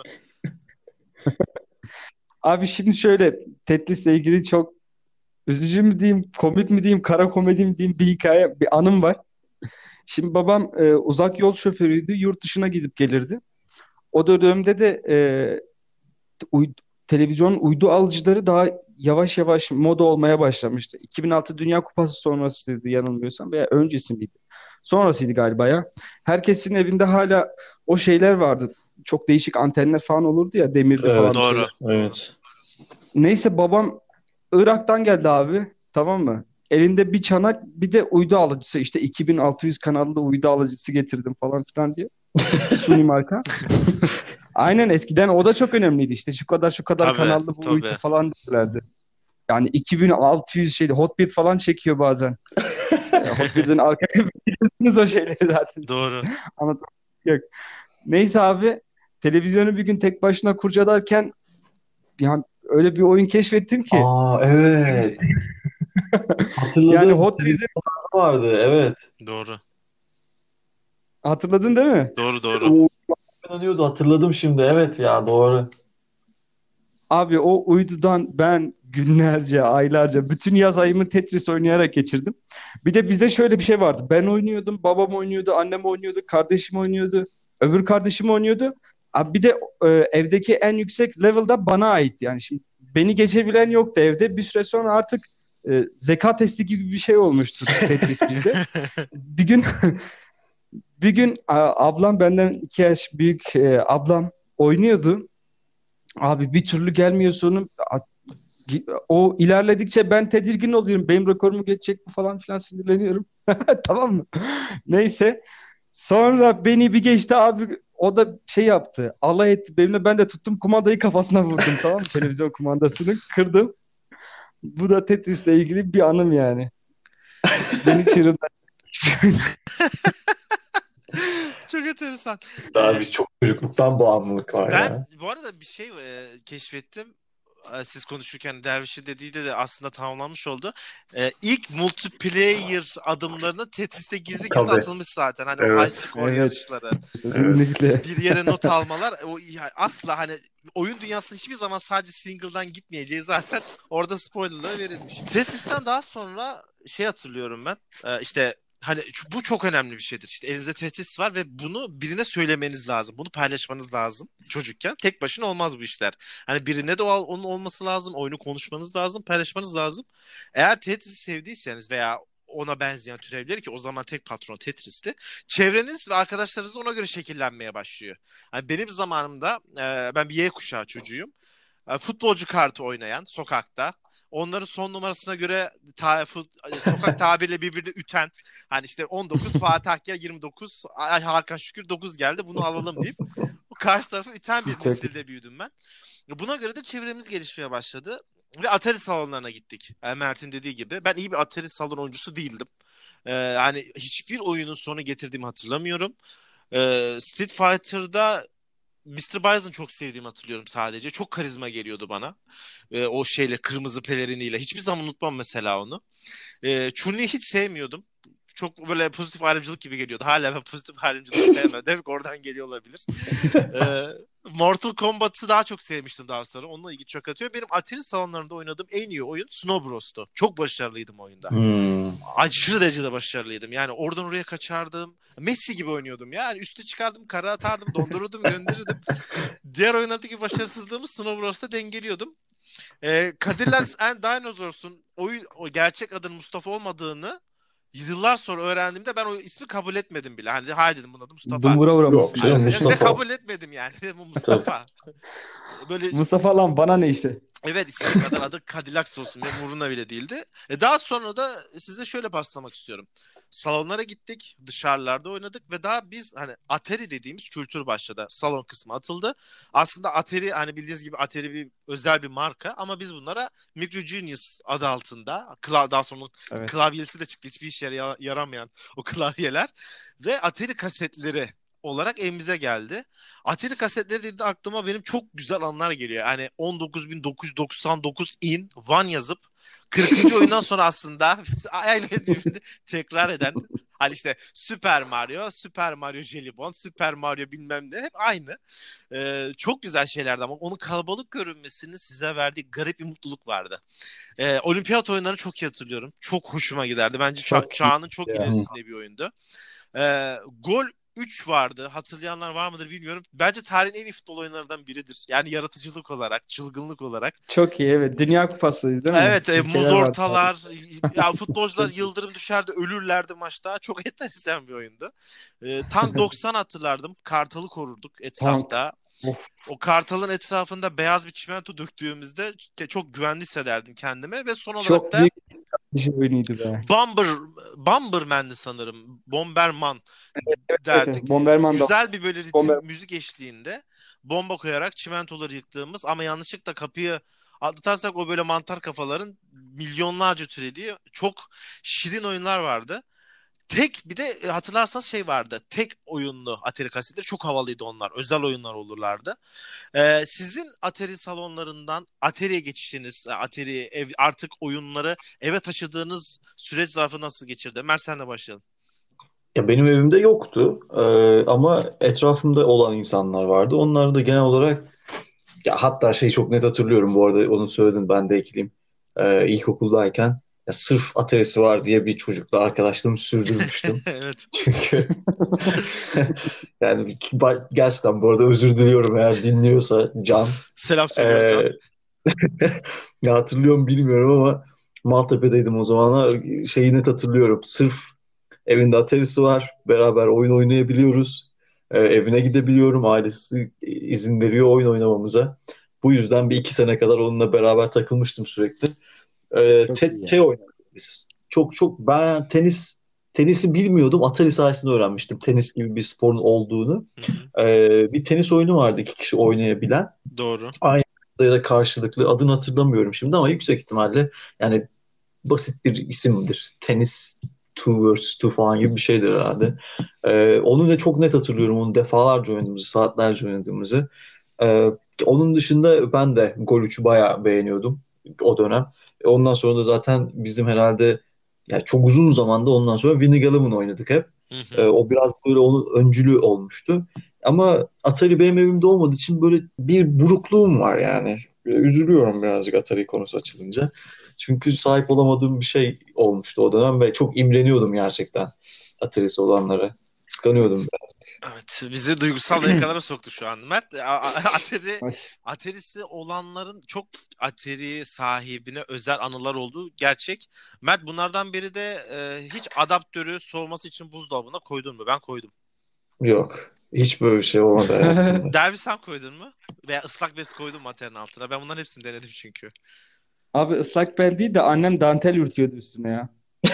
Abi şimdi şöyle Tetris'le ilgili çok üzücü mü diyeyim, komik mi diyeyim, kara komedi mi diyeyim bir hikaye, bir anım var. Şimdi babam e, uzak yol şoförüydü. Yurt dışına gidip gelirdi. O dönemde de e, uy- televizyon uydu alıcıları daha yavaş yavaş moda olmaya başlamıştı. iki bin altı Dünya Kupası sonrasıydı yanılmıyorsam veya öncesi miydi? Sonrasıydı galiba ya. Herkesin evinde hala o şeyler vardı. Çok değişik antenler falan olurdu ya demirli falan bir Evet. Doğru. şeyler. Doğru. Evet. Neyse babam Irak'tan geldi abi. Tamam mı? Elinde bir çanak bir de uydu alıcısı işte iki bin altı yüz kanallı uydu alıcısı getirdim falan filan diye. Suni marka. Aynen eskiden o da çok önemliydi işte şu kadar şu kadar Tabii, kanallı bu uydu tabii. falan derlerdi. Yani iki bin altı yüz şeydi Hotbit falan çekiyor bazen. E, Hotbit'in arka biliyorsunuz o şeyleri zaten siz. Doğru. Anlatmak yok. Neyse abi televizyonu bir gün tek başına kurcalarken yani öyle bir oyun keşfettim ki. Aa evet. Yani Hatırladım. Hotbit'i Televizyonda vardı. Evet. Doğru. hatırladın değil mi? Doğru, doğru. O oynanıyordu. Hatırladım şimdi. Evet ya doğru. Abi o uydudan ben günlerce, aylarca bütün yaz ayımı Tetris oynayarak geçirdim. Bir de bizde şöyle bir şey vardı. Ben oynuyordum, babam oynuyordu, annem oynuyordu, kardeşim oynuyordu, öbür kardeşim oynuyordu. Abi bir de e, evdeki en yüksek level'da bana ait. Yani şimdi beni geçebilen yoktu evde. Bir süre sonra artık e, zeka testi gibi bir şey olmuştu Tetris bizde. Bir gün bir gün a- ablam benden iki yaş büyük e, ablam oynuyordu. Abi bir türlü gelmiyor sonu. O ilerledikçe ben tedirgin oluyorum. Benim rekorumu geçecek mi falan filan sinirleniyorum. Tamam mı? Neyse. Sonra beni bir geçti abi. O da şey yaptı. Alay etti benimle. Ben de tuttum kumandayı kafasına vurdum. Tamam mı? Televizyon kumandasını kırdım. Bu da Tetris'le ilgili bir anım yani. Beni çığırından. Çok enteresan. Ee, Abi çok çocukluktan bağımlılık var ben ya. bu arada bir şey e, keşfettim. E, Siz konuşurken Derviş'in dediği de, de aslında tamamlanmış oldu. E, ilk multiplayer adımlarını Tetris'te gizli gizli Tabii. atılmış zaten. Hani o high Evet. score Evet. yarışları. Evet. Kesinlikle. Bir yere not almalar o ya asla hani oyun dünyası hiçbir zaman sadece single'dan gitmeyeceği zaten orada spoilerları verilmiş. Tetris'ten daha sonra şey hatırlıyorum ben. Ee, işte hani ç- bu çok önemli bir şeydir. İşte elinizde Tetris var ve bunu birine söylemeniz lazım. Bunu paylaşmanız lazım çocukken. Tek başına olmaz bu işler. Hani birine de o- onun olması lazım. Oyunu konuşmanız lazım, paylaşmanız lazım. Eğer Tetris'i sevdiyseniz veya ona benzeyen türevleri ki o zaman tek patron Tetris'ti. Çevreniz ve arkadaşlarınız da ona göre şekillenmeye başlıyor. Hani benim zamanımda e, ben bir Y kuşağı çocuğuyum. E, futbolcu kartı oynayan sokakta. Onların son numarasına göre ta, fut- e, sokak tabiriyle birbirini üten. Hani işte on dokuz Fatih Akya yirmi dokuz Ay Hakan Şükür dokuz geldi bunu alalım deyip bu karşı tarafı üten bir Çok nesilde büyüdüm ben. Buna göre de çevremiz gelişmeye başladı. Ve Atari salonlarına gittik. E, Mert'in dediği gibi. Ben iyi bir Atari salon oyuncusu değildim. Ee, hani hiçbir oyunun sonu getirdiğimi hatırlamıyorum. Ee, Street Fighter'da mister Bison çok sevdiğimi hatırlıyorum sadece. Çok karizma geliyordu bana. Ee, o şeyle kırmızı peleriniyle. Hiçbir zaman unutmam mesela onu. Ee, Chun-Li'yi hiç sevmiyordum. Çok böyle pozitif ayrımcılık gibi geliyordu. Hala ben pozitif ayrımcılığı sevmem. Demek ki oradan geliyor olabilir. Ee, Mortal Kombat'ı daha çok sevmiştim daha sonra. Onunla ilgi çok atıyor. Benim Atari salonlarında oynadığım en iyi oyun Snow Bros'tu. Çok başarılıydım oyunda. Hmm. Aşırı derecede başarılıydım. Yani oradan oraya kaçardım. Messi gibi oynuyordum ya. Yani üstü çıkardım, kara atardım, dondururdum, gönderirdim. Diğer oyunlardaki başarısızlığımı Snow Bros'ta dengeliyordum. Ee, Cadillacs and Dinosaur'un oyun, o gerçek adının Mustafa olmadığını yıllar sonra öğrendiğimde ben o ismi kabul etmedim bile. Hani hayır dedim, bunun adı Mustafa. Dumura Yok uğramışsın canım, yani. Ve Mustafa. kabul etmedim yani. Bu Tabii. Mustafa. Böyle Mustafa lan bana ne işte. evet, istediği kadar adı Cadillac olsun ve umurunda bile değildi. E daha sonra da size şöyle paslamak istiyorum. Salonlara gittik, dışarılarda oynadık ve daha biz hani Atari dediğimiz kültür başladı. Salon kısmı atıldı. Aslında Atari, hani bildiğiniz gibi Atari bir özel bir marka ama biz bunlara Micro Genius adı altında, kla- daha sonra Evet. klavyesi de çıktı, hiçbir işe yara- yaramayan o klavyeler ve Atari kasetleri olarak evimize geldi. Atari kasetleri dediğinde aklıma benim çok güzel anlar geliyor. Yani on dokuz bin dokuz yüz doksan dokuz in one yazıp kırkıncı oyundan sonra aslında aynı birbirini tekrar eden, hani işte Super Mario, Super Mario Jelibon, Super Mario bilmem ne hep aynı. Ee, çok güzel şeylerdi ama onun kalabalık görünmesinin size verdiği garip bir mutluluk vardı. Ee, olimpiyat oyunlarını çok iyi hatırlıyorum. Çok hoşuma giderdi. Bence ça- Çok iyi çağının çok ya. ilerisinde bir oyundu. Ee, Gol üç vardı. Hatırlayanlar var mıdır bilmiyorum. Bence tarihin en iyi futbol oyunlarından biridir. Yani yaratıcılık olarak, çılgınlık olarak. Çok iyi, evet. Dünya Kupası değil mi? Evet, e, muz Ülkeler vardı. ortalar, ya futbolcular Çok iyi. yıldırım düşerdi, ölürlerdi maçta. Çok enteresan bir oyundu. Ee, Tank doksan hatırlardım. Kartalı korurduk Tank. etrafta. Of, O kartalın etrafında beyaz bir çimento döktüğümüzde ke- çok güvenli hissederdim kendime ve son olarak çok da büyük bir strateji oyunuydu be. Bomber Bomberman'di sanırım. Bomberman Evet, evet. derdik. Ee, Bomberman da. Güzel bir böyle ritim Bomber. müzik eşliğinde bomba koyarak çimentoları yıktığımız ama yanlışlıkla kapıyı atlatarsak o böyle mantar kafaların milyonlarca türediği çok şirin oyunlar vardı. Tek bir de e, hatırlarsanız şey vardı. Tek oyunlu Atari kasetleri çok havalıydı onlar. Özel oyunlar olurlardı. Ee, sizin Atari salonlarından Atari'ye geçişiniz, e, Atari ev, artık oyunları eve taşıdığınız süreç zarfı nasıl geçirdi? Ömer, senle başlayalım. Ya benim evimde yoktu. Ee, ama etrafımda olan insanlar vardı. Onlar da genel olarak, ya hatta şeyi çok net hatırlıyorum, bu arada onu söyledin, ben de ekleyeyim. Ee, ilkokuldayken ya sırf Atari'si var diye bir çocukla arkadaşlığımı sürdürmüştüm. Evet. Çünkü yani ba- gerçekten bu arada özür diliyorum eğer dinliyorsa Can. Selam söylüyoruz Can. Ee, ya hatırlıyorum bilmiyorum ama Maltepe'deydim o zamanlar. Şeyi net hatırlıyorum. Sırf evinde Atari'si var. Beraber oyun oynayabiliyoruz. Ee, evine gidebiliyorum. Ailesi izin veriyor oyun oynamamıza. Bu yüzden bir iki sene kadar onunla beraber takılmıştım sürekli. Ee, Çok te- iyi şey ya. oynadık biz. Çok çok ben tenis tenisi bilmiyordum. Atari sayesinde öğrenmiştim tenis gibi bir sporun olduğunu. Hı hı. Ee, bir tenis oyunu vardı iki kişi oynayabilen. Doğru. Aynı ya da karşılıklı, adını hatırlamıyorum şimdi ama yüksek ihtimalle yani basit bir isimdir. Tenis Two vs. Two falan gibi bir şeydir herhalde. Ee, onu da çok net hatırlıyorum. Onu defalarca oynadığımızı, saatlerce oynadığımızı. Ee, onun dışında ben de Gol üçü bayağı beğeniyordum o dönem. Ondan sonra da zaten bizim herhalde yani çok uzun zamanda ondan sonra Winning Eleven oynadık hep. Hı Ee, hı. o biraz böyle onun öncülü olmuştu. Ama Atari benim evimde olmadığı için böyle bir burukluğum var yani. Üzülüyorum birazcık Atari konusu açılınca. Çünkü sahip olamadığım bir şey olmuştu o dönem ve çok imreniyordum gerçekten Atari'si olanlara. Kıskanıyordum. Evet, bizi duygusal dakikalara soktu şu an. Mert, a- a- Atari, Ay, Atari'si olanların çok Atari sahibine özel anılar olduğu gerçek. Mert, bunlardan biri de e, hiç adaptörü soğuması için buzdolabına koydun mu? Ben koydum. Yok. Hiç böyle bir şey olmadı hayatımda. Derbi, sen koydun mu? Veya ıslak bez koydun mu materinin altına? Ben bunların hepsini denedim çünkü. Abi ıslak bel değil de annem dantel ürtüyordu üstüne ya.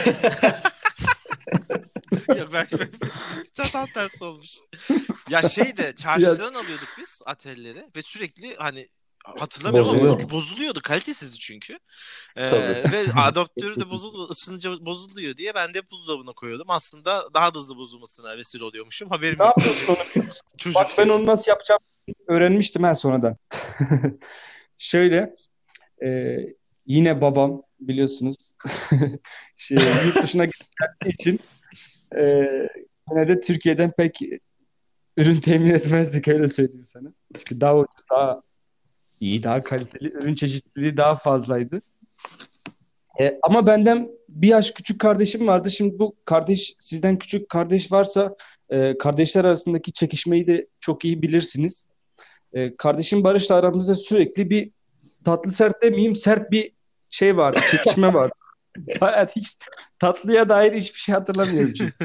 Ya ben, ben bizde tam tersi olmuş. Ya şey de Biraz çarşıdan alıyorduk biz Atari'leri ve sürekli hani hatırlamıyorum ama Bozuluyor uç mu? bozuluyordu. Kalitesizdi çünkü. Ee, Tabii. ve adaptörü de bozul ısınınca bozuluyor diye ben de buzdolabına koyuyordum. Aslında daha da hızlı bozulmasına vesile oluyormuşum. Haberim ne yokmuş. yapıyorsun onu biliyor musun? Bak Çocuk ben ya. onu nasıl yapacağım öğrenmiştim ben sonradan. Şöyle e, yine babam biliyorsunuz şey, yurt dışına gittiği için e, yine de Türkiye'den pek ürün temin etmezdik, öyle söyleyeyim sana. Çünkü daha ucuz, daha iyi, daha kaliteli, ürün çeşitliliği daha fazlaydı. E, ama benden bir yaş küçük kardeşim vardı. Şimdi bu kardeş, sizden küçük kardeş varsa e, kardeşler arasındaki çekişmeyi de çok iyi bilirsiniz. E, kardeşim Barış'la aramızda sürekli bir, tatlı sert demeyeyim, sert bir şey vardı, çekişme vardı. Hayat hiç tatlıya dair hiçbir şey hatırlamıyorum çünkü.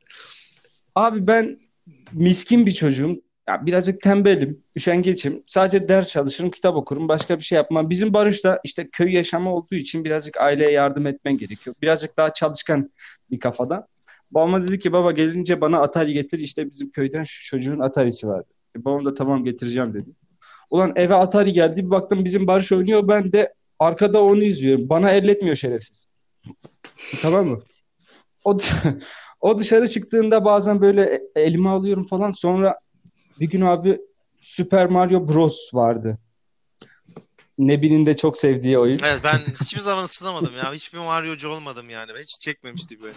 Abi ben miskin bir çocuğum. Ya birazcık tembelim, üşengeçim. Sadece ders çalışırım, kitap okurum, başka bir şey yapmam. Bizim Barış da işte köy yaşamı olduğu için birazcık aileye yardım etmen gerekiyor. Birazcık daha çalışkan bir kafada. Babama dedi ki baba gelince bana Atari getir. İşte bizim köyden şu çocuğun Atari'si vardı. E, babam da tamam getireceğim dedi. Ulan eve Atari geldi. Bir baktım bizim Barış oynuyor. Ben de arkada onu izliyorum. Bana elletmiyor şerefsiz. Tamam mı? O, o dışarı çıktığında bazen böyle e- elime alıyorum falan. Sonra bir gün abi Super Mario Bros. Vardı. Nebi'nin de çok sevdiği oyun. Evet, ben hiçbir zaman ısınamadım ya. Hiçbir Mario'cu olmadım yani. Ben hiç çekmemişti böyle.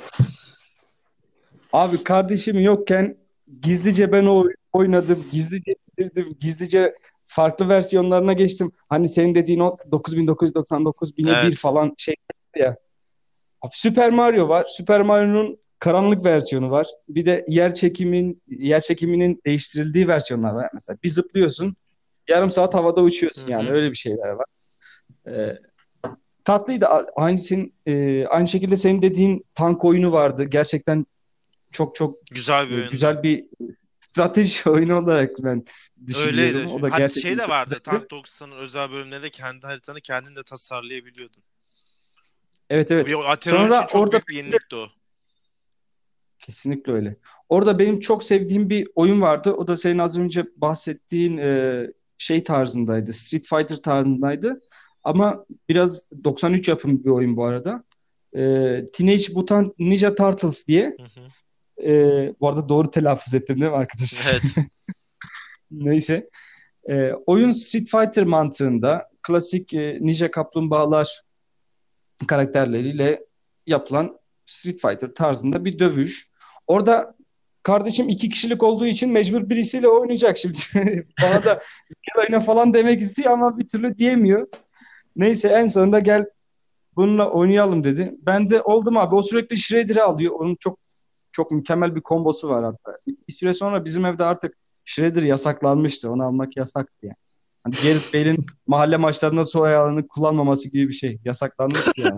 Abi kardeşim yokken gizlice ben o oyunu oynadım. Gizlice bitirdim. Gizlice farklı versiyonlarına geçtim. Hani senin dediğin o dokuz bin dokuz yüz doksan dokuz bine bir Evet. falan şey ya. Abi Super Mario var. Super Mario'nun karanlık versiyonu var. Bir de yer çekimin yer çekiminin değiştirildiği versiyonlar var. Mesela bir zıplıyorsun, yarım saat havada Hı uçuyorsun, yani hı. öyle bir şeyler var. Ee, tatlıydı. A- Aynı senin, e, aynı şekilde senin dediğin tank oyunu vardı. Gerçekten çok çok Güzel bir e, oyundu. güzel bir strateji oyunu olarak ben düşünüyorum. Öyleydi. O da Hatta şey gerçekten de çok vardı. güzeldi. Tank doksanın özel bölümlerinde kendi haritanı kendin de tasarlayabiliyordun. Evet, Bir evet. Atari oyun için Sonra çok orada büyük bir yenilikti o. kesinlikle öyle. Orada benim çok sevdiğim bir oyun vardı. O da senin az önce bahsettiğin e, şey tarzındaydı. Street Fighter tarzındaydı. Ama biraz doksan üç yapımı bir oyun bu arada. E, Teenage Mutant Ninja Turtles diye. Hı hı. E, bu arada doğru telaffuz ettim değil mi arkadaşlar? Evet. Neyse. E, oyun Street Fighter mantığında klasik e, Ninja Kaplumbağalar karakterleriyle yapılan Street Fighter tarzında bir dövüş. Orada kardeşim iki kişilik olduğu için mecbur birisiyle oynayacak şimdi. Bana da gel oyna falan demek istiyor ama bir türlü diyemiyor. Neyse en sonunda gel bununla oynayalım dedi. Ben de oldum abi. O sürekli Shredder'ı alıyor. Onun çok çok mükemmel bir kombosu var hatta. Bir süre sonra bizim evde artık Shredder yasaklanmıştı. Onu almak yasaktı yani. Hani Gareth Bale'in mahalle maçlarında sol ayağını kullanmaması gibi bir şey. Yasaklanmıştı yani.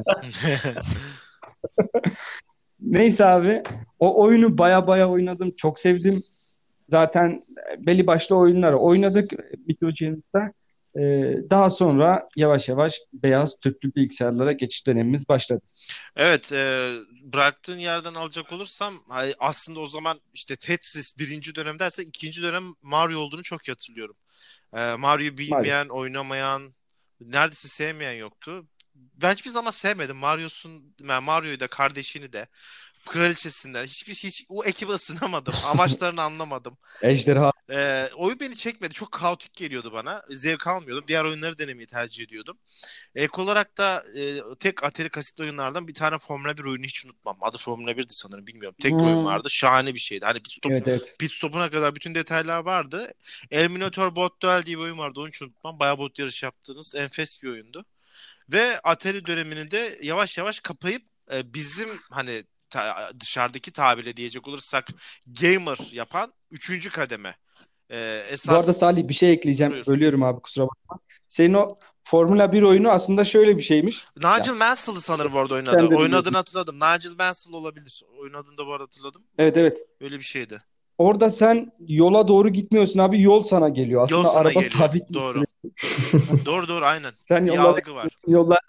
Neyse abi, o oyunu baya baya oynadım. Çok sevdim. Zaten belli başlı oyunları oynadık Mythologian's'ta. Ee, daha sonra yavaş yavaş beyaz tüplü bilgisayarlara geçiş dönemimiz başladı. Evet, e, bıraktığın yerden alacak olursam hay- aslında o zaman işte Tetris birinci dönem derse ikinci dönem Mario olduğunu çok iyi hatırlıyorum. E, Mario'yu Maalesef. bilmeyen, oynamayan, neredeyse sevmeyen yoktu. Ben hiçbir zaman sevmedim. Mario'sun, yani Mario'yu da kardeşini de. Kraliçesinden hiçbir hiç o ekibe ısınamadım. Amaçlarını anlamadım. Ejderha. Ee, oyun beni çekmedi. Çok kaotik geliyordu bana. Zevk almıyordum. Diğer oyunları denemeyi tercih ediyordum. Ek olarak da e, tek Atari kasitli oyunlardan bir tane Formula bir oyunu hiç unutmam. Adı Formula birdi sanırım, bilmiyorum. Tek bir oyun Hmm, vardı. Şahane bir şeydi. Hani pit stop, evet, evet. pit stopuna kadar bütün detaylar vardı. Eliminator Bot Duel diye bir oyun vardı. Onu hiç unutmam. Bayağı bot yarışı yaptığınız enfes bir oyundu. Ve Atari dönemini de yavaş yavaş kapayıp e, bizim hani ta- dışarıdaki tabirle diyecek olursak gamer yapan üçüncü kademe. E, Bu arada esas Salih bir şey ekleyeceğim. buyur. Bölüyorum abi, kusura bakma. Senin o Formula bir oyunu aslında şöyle bir şeymiş. Ya Nigel Mansell'ı sanırım bu arada oyun adı. sen de Oyun biliyorsun. adını hatırladım. Nigel Mansell olabilir. Oyun adını da bu arada hatırladım. Evet, evet. Öyle bir şeydi. Orada sen yola doğru gitmiyorsun abi, yol sana geliyor. Yol Aslında sana araba geliyor. sabit. Doğru. Doğru doğru, aynen. Sen Bir yollara algı var. gidiyorsun, yollar.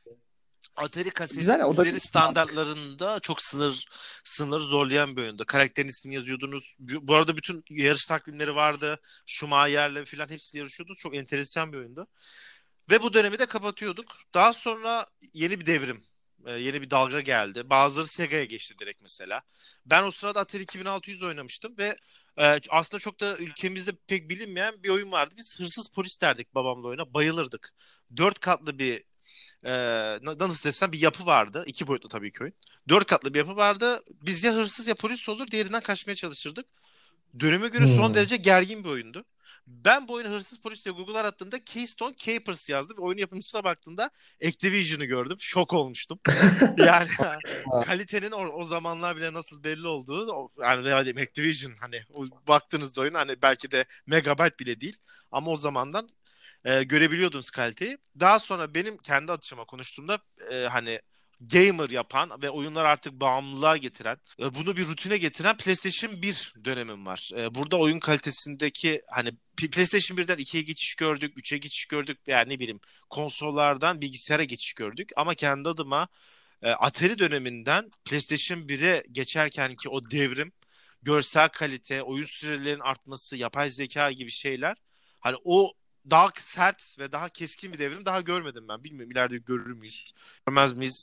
Atari Güzel, o da kasetleri standartlarında çok sınır sınırları zorlayan bir oyundu. Karakterin ismini yazıyordunuz. Bu bu arada bütün yarış takvimleri vardı. Schumacher'le falan hepsi yarışıyordu. Çok enteresan bir oyundu. Ve bu dönemi de kapatıyorduk. Daha sonra yeni bir devrim, e, yeni bir dalga geldi. Bazıları Sega'ya geçti direkt mesela. Ben o sırada Atari iki bin altı yüz oynamıştım ve e, aslında çok da ülkemizde pek bilinmeyen bir oyun vardı. Biz hırsız polis derdik babamla oyuna. Bayılırdık. Dört katlı bir e, na- nasıl desem bir yapı vardı. İki boyutlu tabii ki oyun. Dört katlı bir yapı vardı. Biz ya hırsız ya polis olur, diğerinden kaçmaya çalışırdık. Döneme göre son Hmm. derece gergin bir oyundu. Ben bu oyunu Hırsız Polis diye Google arattığımda Keystone Capers yazdı ve oyun yapımcısına baktığımda Activision'ı gördüm. Şok olmuştum. Yani Ha, kalitenin o, o zamanlar bile nasıl belli olduğu o, yani ne diyeyim, Activision hani o, baktığınızda oyun hani belki de megabyte bile değil ama o zamandan e, görebiliyordunuz kaliteyi. Daha sonra benim kendi adıma konuştuğumda e, hani gamer yapan ve oyunlar artık bağımlılığa getiren, e, bunu bir rutine getiren PlayStation bir dönemim var. E, burada oyun kalitesindeki hani P- PlayStation birden ikiye geçiş gördük, üçe geçiş gördük veya ne bileyim konsollardan bilgisayara geçiş gördük. Ama kendi adıma e, Atari döneminden PlayStation bire geçerken ki o devrim, görsel kalite, oyun sürelerinin artması, yapay zeka gibi şeyler. Hani o daha sert ve daha keskin bir devrim daha görmedim ben. Bilmiyorum ileride görür müyüz? Görmez miyiz?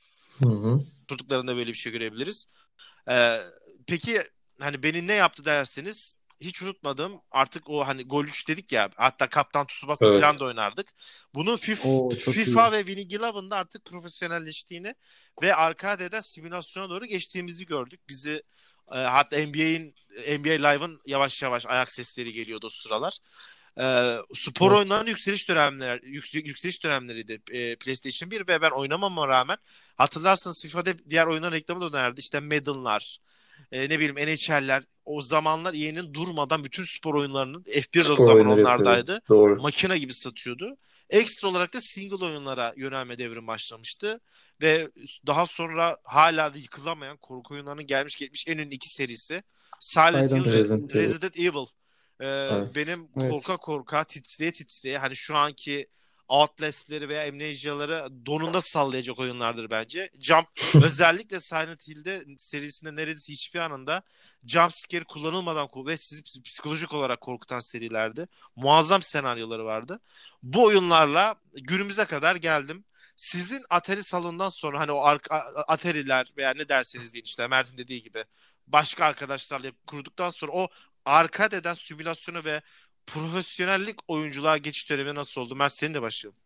Hı hı. Çocuklarında böyle bir şey görebiliriz. Ee, peki hani beni ne yaptı derseniz hiç unutmadım. Artık o hani Gol üç dedik ya, hatta Kaptan Tsubasa falan Evet. da oynardık. Bunun Fif- o çok FIFA iyi. ve Winning Eleven'da artık profesyonelleştiğini ve arkade'den simülasyona doğru geçtiğimizi gördük. Bizi e, hatta N B A'in N B A Live'ın yavaş yavaş ayak sesleri geliyordu o sıralar. Ee, spor Evet. oyunlarının yükseliş dönemler yüksek, yükseliş dönemleriydi e, PlayStation bir ve ben oynamama rağmen hatırlarsınız FIFA'da diğer oyunların reklamı da dönerdi. İşte Madden'lar, e, ne bileyim N H L'ler, o zamanlar E A'nin durmadan bütün spor oyunlarının F bir de o Spor zaman oyunları yapıyordu. onlardaydı. Doğru. Makine gibi satıyordu. Ekstra olarak da single oyunlara yönelme devrim başlamıştı. Ve daha sonra hala da yıkılamayan korku oyunlarının gelmiş geçmiş en ünlü iki serisi Silent Hill Silent ve Hill. Resident Evil. Resident Evil. Ee, Evet. benim Evet. korka korka titreye titreye hani şu anki Outlast'leri veya Amnesia'ları donunda sallayacak oyunlardır bence. Jump özellikle Silent Hill'de serisinde neredeyse hiçbir anında jump scare kullanılmadan ve sizi ps- psikolojik olarak korkutan serilerdi. Muazzam senaryoları vardı. Bu oyunlarla günümüze kadar geldim. Sizin Atari salonundan sonra hani o arka, Atari'ler veya ne derseniz deyin işte Mert'in dediği gibi başka arkadaşlarla kurduktan sonra o arkade'den simülasyonu ve profesyonellik oyunculuğa geçiş dönemi nasıl oldu? Mert seninle başlayalım.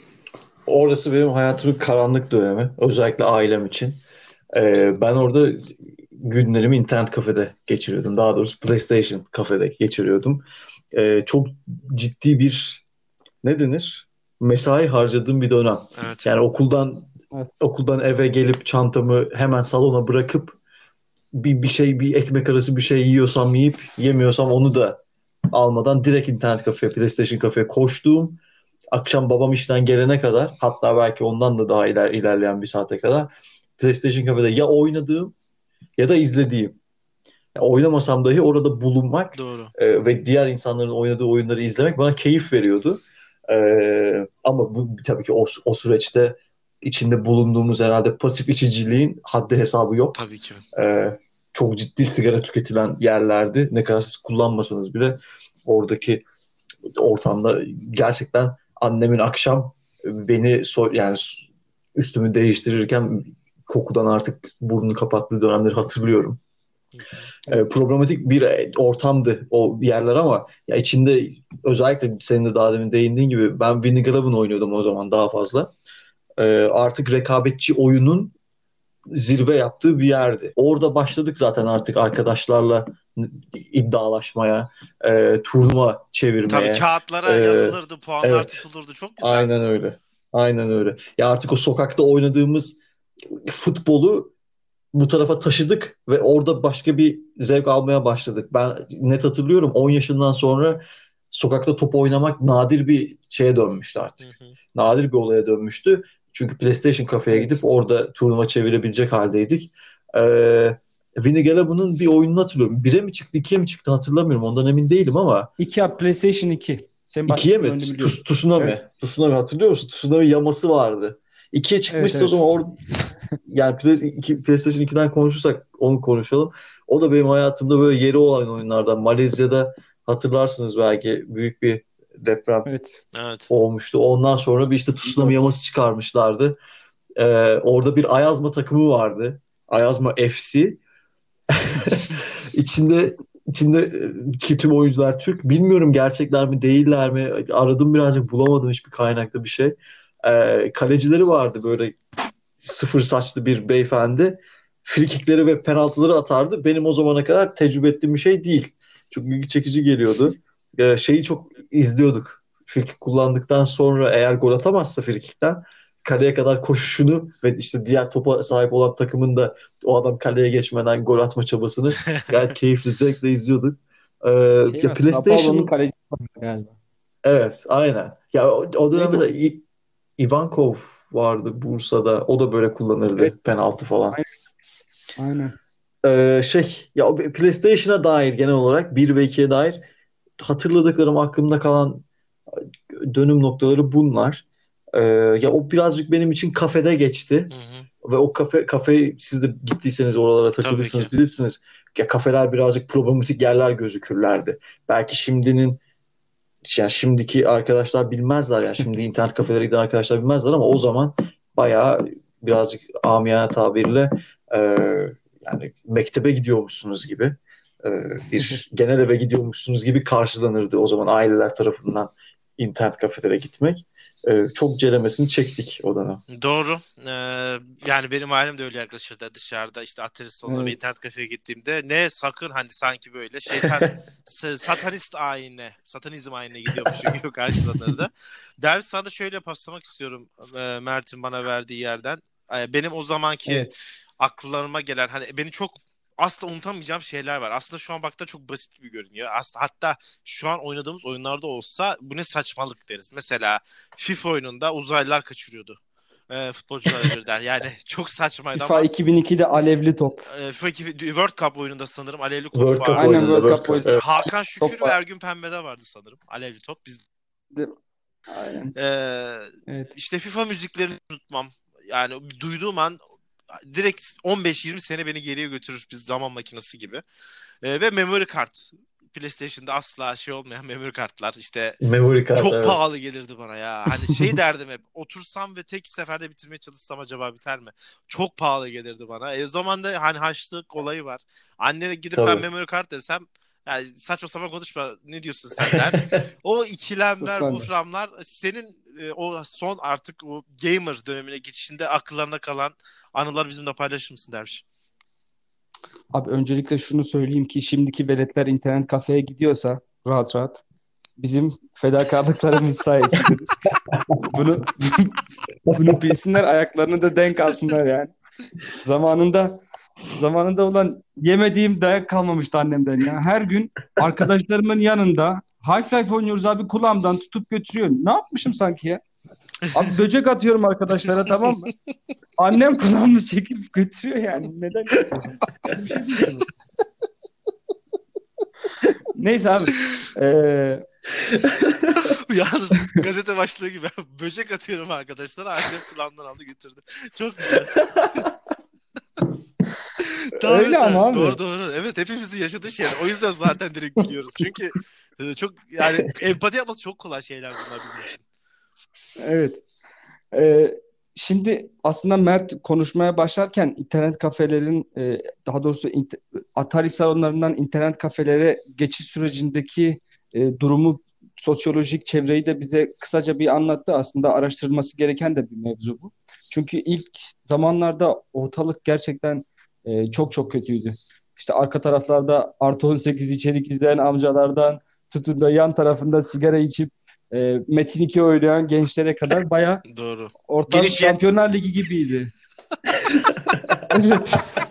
Orası benim hayatımın karanlık dönemi. Özellikle ailem için. Ee, ben orada günlerimi internet kafede geçiriyordum. Daha doğrusu PlayStation kafede geçiriyordum. Ee, çok ciddi bir ne denir? Mesai harcadığım bir dönem. Evet. Yani okuldan Evet. okuldan eve gelip çantamı hemen salona bırakıp bir bir şey bir ekmek arası bir şey yiyorsam yiyip yemiyorsam onu da almadan direkt internet kafeye, PlayStation kafeye koştuğum, akşam babam işten gelene kadar, hatta belki ondan da daha iler, ilerleyen bir saate kadar PlayStation kafede ya oynadığım ya da izlediğim. Ya oynamasam dahi orada bulunmak Doğru. e, ve diğer insanların oynadığı oyunları izlemek bana keyif veriyordu. E, ama bu tabii ki o, o süreçte içinde bulunduğumuz herhalde pasif içiciliğin haddi hesabı yok. Tabii ki. E, çok ciddi sigara tüketilen yerlerdi. Ne kadar siz kullanmasanız bile oradaki ortamda gerçekten annemin akşam beni so yani üstümü değiştirirken kokudan artık burnunu kapattığı dönemleri hatırlıyorum. Hı hı. E, Evet. problematik bir ortamdı o yerler ama ya içinde özellikle senin de daha demin değindiğin gibi ben Winning Eleven oynuyordum o zaman daha fazla. E, artık rekabetçi oyunun zirve yaptığı bir yerdi. Orada başladık zaten artık arkadaşlarla iddialaşmaya, e, turnuva Tabii çevirmeye. kağıtlara E, yazılırdı, puanlar evet, tutulurdu. Çok aynen güzeldi. öyle. Aynen öyle. Ya artık o sokakta oynadığımız futbolu bu tarafa taşıdık ve orada başka bir zevk almaya başladık. Ben net hatırlıyorum on yaşından sonra sokakta top oynamak nadir bir şeye dönmüştü Hı artık. hı. Nadir bir olaya dönmüştü. Çünkü PlayStation kafeye gidip Evet. orada turnuva çevirebilecek haldeydik. Ee, Winning Eleven'ın bir oyununu hatırlıyorum. Bire mi çıktı, ikiye mi çıktı hatırlamıyorum. Ondan emin değilim ama İki ya PlayStation iki. Senin ikiye bahsettiğin mi? oyunu biliyorum. Tus- Tsunami. Evet. Tsunami hatırlıyor musun? Tsunami yaması vardı. ikiye Evet, çıkmışsa o evet. zaman or yani Play- iki- PlayStation ikiden konuşursak onu konuşalım. O da benim hayatımda böyle yeri olan oyunlardan. Malezya'da hatırlarsınız belki büyük bir deprem Evet. Evet. olmuştu. Ondan sonra bir işte tsunami Biliyorum. yaması çıkarmışlardı. Ee, orada bir Ayazma takımı vardı. Ayazma F C. İçinde içinde e, ki tüm oyuncular Türk. Bilmiyorum gerçekler mi değiller mi? Aradım birazcık bulamadım hiçbir kaynakta bir şey. Ee, kalecileri vardı böyle sıfır saçlı bir beyefendi. Frikikleri ve penaltıları atardı. Benim o zamana kadar tecrübe ettiğim bir şey değil. çok ilgi çekici geliyordu. Ee, şeyi çok izliyorduk. Frikik kullandıktan sonra eğer gol atamazsa frikikten kaleye kadar koşuşunu ve işte diğer topa sahip olan takımın da o adam kaleye geçmeden gol atma çabasını gayet keyifli, zevkle izliyorduk. Ee, Şey ya var. Sao Paulo'nun PlayStation, kalecisi var galiba. evet, aynen. Ya o, o Neydi dönemde o? de I- Ivankov vardı Bursa'da. O da böyle Evet. kullanırdı penaltı falan. Aynen. Aynen. Ee, şey ya o PlayStation'a dair genel olarak bir ve ikiye dair hatırladıklarım, aklımda kalan dönüm noktaları bunlar. Ee, ya o birazcık benim için kafede geçti. Hı hı. Ve o kafe kafeyi siz de gittiyseniz oralara Tabii ki. takılırsanız bilirsiniz. Ya kafeler birazcık problematik yerler gözükürlerdi. Belki şimdinin yani şimdiki arkadaşlar bilmezler, yani şimdi internet kafelere giden arkadaşlar bilmezler ama o zaman bayağı birazcık amiyane tabirle e, yani mektebe gidiyormuşsunuz gibi, e, bir genel eve gidiyormuşsunuz gibi karşılanırdı o zaman aileler tarafından internet kafelere gitmek. E, çok ceremesini çektik o dönem. Doğru. Ee, yani benim ailem de öyle yaklaşırdı dışarıda işte ateist salonuna ve Evet. internet kafeye gittiğimde ne sakın hani sanki böyle şeytan s- satanist ayine satanizm ayine gidiyormuşum gibi karşılanırdı. Dersi sana da şöyle paslamak istiyorum e, Mert'in bana verdiği yerden. E, benim o zamanki Evet. akıllarıma gelen hani beni çok asla unutamayacağım şeyler var. Aslında şu an baktığında çok basit gibi görünüyor. Aslında hatta şu an oynadığımız oyunlarda olsa bu ne saçmalık deriz. Mesela FIFA oyununda uzaylılar kaçırıyordu e, futbolculara birden. Yani çok saçmaydı FIFA ama iki bin ikide alevli top. e, FIFA iki- World Cup oyununda sanırım alevli top World Cup vardı. Aynen oyununda World World Cup Cup. oyunu. Evet. Hakan Şükür Top ve var. Ergün Pembe'de vardı sanırım alevli top. Biz Aynen. e, Evet. işte FIFA müziklerini unutmam. Yani duyduğum an direkt on beş yirmi sene beni geriye götürür bir zaman makinesi gibi. E, ve memory kart. PlayStation'da asla şey olmayan memory kartlar işte Memory card, çok evet. pahalı gelirdi bana ya. Hani şey derdim hep otursam ve tek seferde bitirmeye çalışsam acaba biter mi? Çok pahalı gelirdi bana. E, o zaman da hani harçlık olayı var. Annene gidip ben Tabii. memory kart desem yani saçma sapan konuşma ne diyorsun sen der. O ikilemler, Tutarlar. buhranlar senin e, o son artık o gamer dönemine geçişinde akıllarına kalan anılar bizimle paylaşır mısın dermiş. Abi öncelikle şunu söyleyeyim ki şimdiki veletler internet kafeye gidiyorsa rahat rahat bizim fedakarlıklarımız sayesindedir. Bunu bunu bilsinler, ayaklarını da denk alsınlar yani. Zamanında zamanında olan yemediğim dayak kalmamıştı annemden ya. Her gün arkadaşlarımın yanında Half-Life oynuyoruz abi, kulağımdan tutup götürüyor. Ne yapmışım sanki ya? Abi böcek atıyorum arkadaşlara, tamam mı? Annem kulağımı çekip götürüyor yani. Neden yapıyorsun? Böyle bir şey değil ki bu. Neyse abi. Ee, Yalnız gazete başlığı gibi böcek atıyorum arkadaşlar. Annem kulağımdan aldı götürdü. Çok güzel. Tamam öyle evet ama abi. abi. Doğru doğru. Evet hepimizin yaşadığı şeyler. O yüzden zaten direkt gülüyoruz. Çünkü e, çok yani empati yapması çok kolay şeyler bunlar bizim için. Evet. Ee, Şimdi aslında Mert konuşmaya başlarken internet kafelerin, e, daha doğrusu int- Atari salonlarından internet kafelere geçiş sürecindeki e, durumu, sosyolojik çevreyi de bize kısaca bir anlattı. Aslında araştırılması gereken de bir mevzu bu. Çünkü ilk zamanlarda ortalık gerçekten e, çok çok kötüydü. İşte arka taraflarda artı on sekiz içerik izleyen amcalardan tutun da yan tarafında sigara içip e, Metin iki oynayan gençlere kadar bayağı Doğru. ortalık Geniş yet. Şampiyonlar Ligi gibiydi. Evet.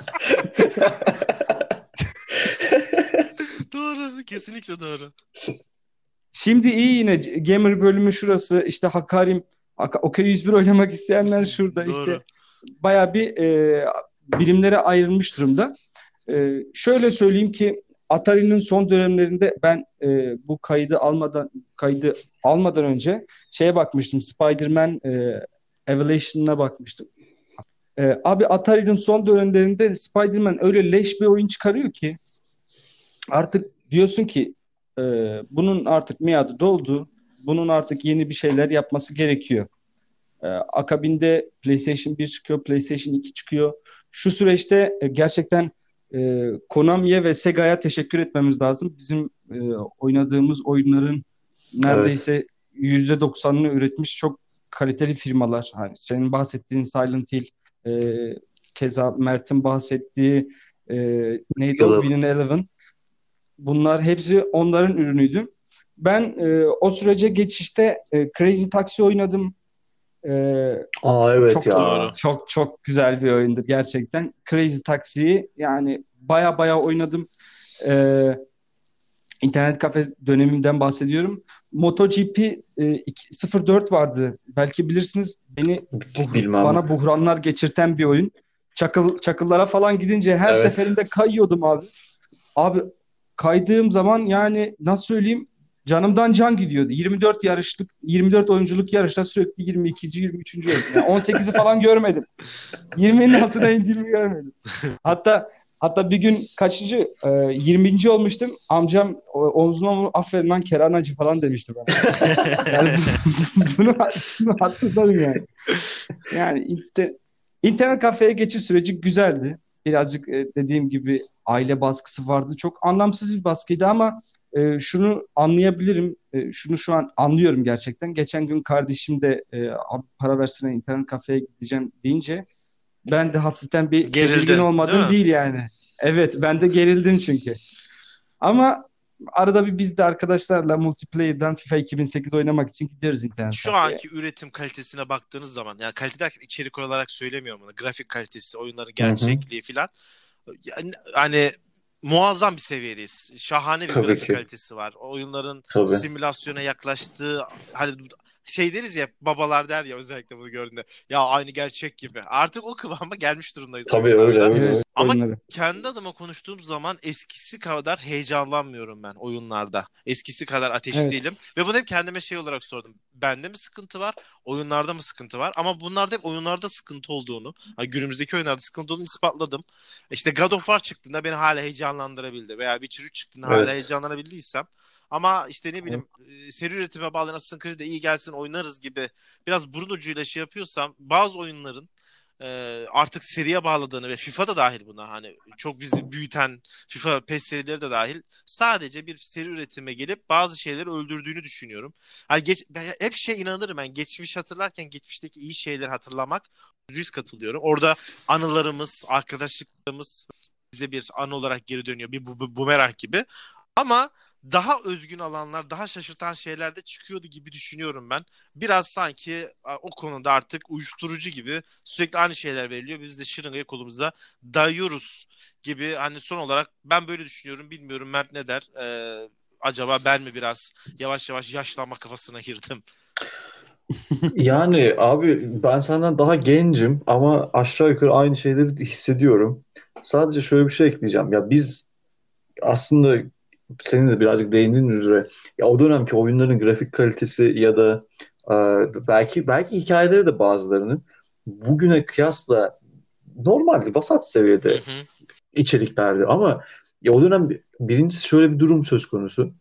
Doğru. Kesinlikle doğru. Şimdi iyi yine gamer bölümü şurası. İşte Hakarim, Hak- Okey yüz bir oynamak isteyenler şurada. Doğru. İşte bayağı bir e, birimlere ayrılmış durumda. E, şöyle söyleyeyim ki Atari'nin son dönemlerinde ben e, bu kaydı almadan kaydı almadan önce şeye bakmıştım. Spider-Man e, Evolution'a bakmıştım. E, abi Atari'nin son dönemlerinde Spider-Man öyle leş bir oyun çıkarıyor ki artık diyorsun ki e, bunun artık miadı doldu. Bunun artık yeni bir şeyler yapması gerekiyor. E, akabinde PlayStation bir çıkıyor, PlayStation iki çıkıyor. Şu süreçte e, gerçekten e, Konami'ye ve Sega'ya teşekkür etmemiz lazım. Bizim e, oynadığımız oyunların Evet. neredeyse yüzde doksanını üretmiş çok kaliteli firmalar. Hani senin bahsettiğin Silent Hill, e, keza Mert'in bahsettiği e, neydi o? Yalan. Winning Eleven. Bunlar hepsi onların ürünüydü. Ben e, o sürece geçişte e, Crazy Taxi oynadım. E, Aa evet çok çok ya. Doğru. çok çok güzel bir oyundu gerçekten. Crazy Taxi'yi yani baya baya oynadım. E, İnternet kafe dönemimden bahsediyorum. MotoGP e, iki- sıfır dört vardı. Belki bilirsiniz. Beni buhr- Bilmem. bana buhranlar geçirten bir oyun. Çakıl çakıllara falan gidince her Evet. seferinde kayıyordum abi. Abi kaydığım zaman yani nasıl söyleyeyim canımdan can gidiyordu. yirmi dört yarışlık yirmi dört oyunculuk yarışta sürekli yirmi ikinci. yirmi üçüncü oldum. Yani on sekizi falan görmedim. yirminin altına indiğimi görmedim. Hatta hatta bir gün kaçıncı e, yirminci olmuştum. Amcam o- omzuma vurup aferin lan Keranacı falan demişti bana. Yani bu- bunu, bunu hatırlarım yani. Yani inte- internet kafeye geçiş süreci güzeldi. Birazcık e, dediğim gibi aile baskısı vardı. Çok anlamsız bir baskıydı ama e, şunu anlayabilirim. E, şunu şu an anlıyorum gerçekten. Geçen gün kardeşim de e, "Abi para versene internet kafeye gideceğim" deyince ben de hafiften bir tedirgin Gerildin, değil olmadım mi? değil yani. Evet, ben de gerildim çünkü. Ama arada bir biz de arkadaşlarla multiplayer'dan FIFA iki bin sekiz oynamak için gidiyoruz internet Şu kafeye. anki üretim kalitesine baktığınız zaman, yani kalite derken içerik olarak söylemiyorum bunu. Grafik kalitesi, oyunların Hı hı. gerçekliği filan. Yani, hani muazzam bir seviyedeyiz. Şahane bir Tabii grafik ki. kalitesi var. Oyunların Tabii. simülasyona yaklaştığı, hani şey deriz ya, babalar der ya özellikle bunu gördüğünde, ya aynı gerçek gibi. Artık o kıvama gelmiş durumdayız Tabii öyle oyunlarda. öyle Evet, öyle. Ama oyunları. kendi adıma konuştuğum zaman eskisi kadar heyecanlanmıyorum ben oyunlarda. Eskisi kadar ateşli Evet. değilim. Ve bunu hep kendime şey olarak sordum. Bende mi sıkıntı var? Oyunlarda mı sıkıntı var? Ama bunlarda hep oyunlarda sıkıntı olduğunu, hani günümüzdeki oyunlarda sıkıntı olduğunu ispatladım. İşte God of War çıktığında beni hala heyecanlandırabildi. Veya Witcher üç çıktığında hala Evet. heyecanlanabildiysem. Ama işte ne Evet. bileyim, e, seri üretime bağlı Assassin's Creed de iyi gelsin oynarız gibi biraz burun ucuyla şey yapıyorsam, bazı oyunların e, artık seriye bağladığını ve FIFA da dahil buna, hani çok bizi büyüten FIFA PES serileri de dahil, sadece bir seri üretime gelip bazı şeyleri öldürdüğünü düşünüyorum. Hani geç, ben hep şey inanırım, ben geçmiş hatırlarken geçmişteki iyi şeyleri hatırlamak, yüzde yüz katılıyorum. Orada anılarımız, arkadaşlıklarımız bize bir anı olarak geri dönüyor. Bir bu, bu, bumerang gibi. Ama daha özgün alanlar, daha şaşırtan şeyler de çıkıyordu gibi düşünüyorum ben. Biraz sanki a, o konuda artık uyuşturucu gibi sürekli aynı şeyler veriliyor. Biz de şırıngayı kolumuza dayıyoruz gibi. Hani son olarak ben böyle düşünüyorum. Bilmiyorum Mert ne der? Ee, acaba ben mi biraz yavaş yavaş yaşlanma kafasına girdim? Yani abi ben senden daha gencim ama aşağı yukarı aynı şeyleri hissediyorum. Sadece şöyle bir şey ekleyeceğim. Ya biz aslında senin de birazcık değindiğin üzere ya o dönemki oyunların grafik kalitesi ya da e, belki belki hikayeleri de bazılarının bugüne kıyasla normalde vasat Hı seviyede hı. içeriklerdi ama ya o dönem birincisi şöyle bir durum söz konusu.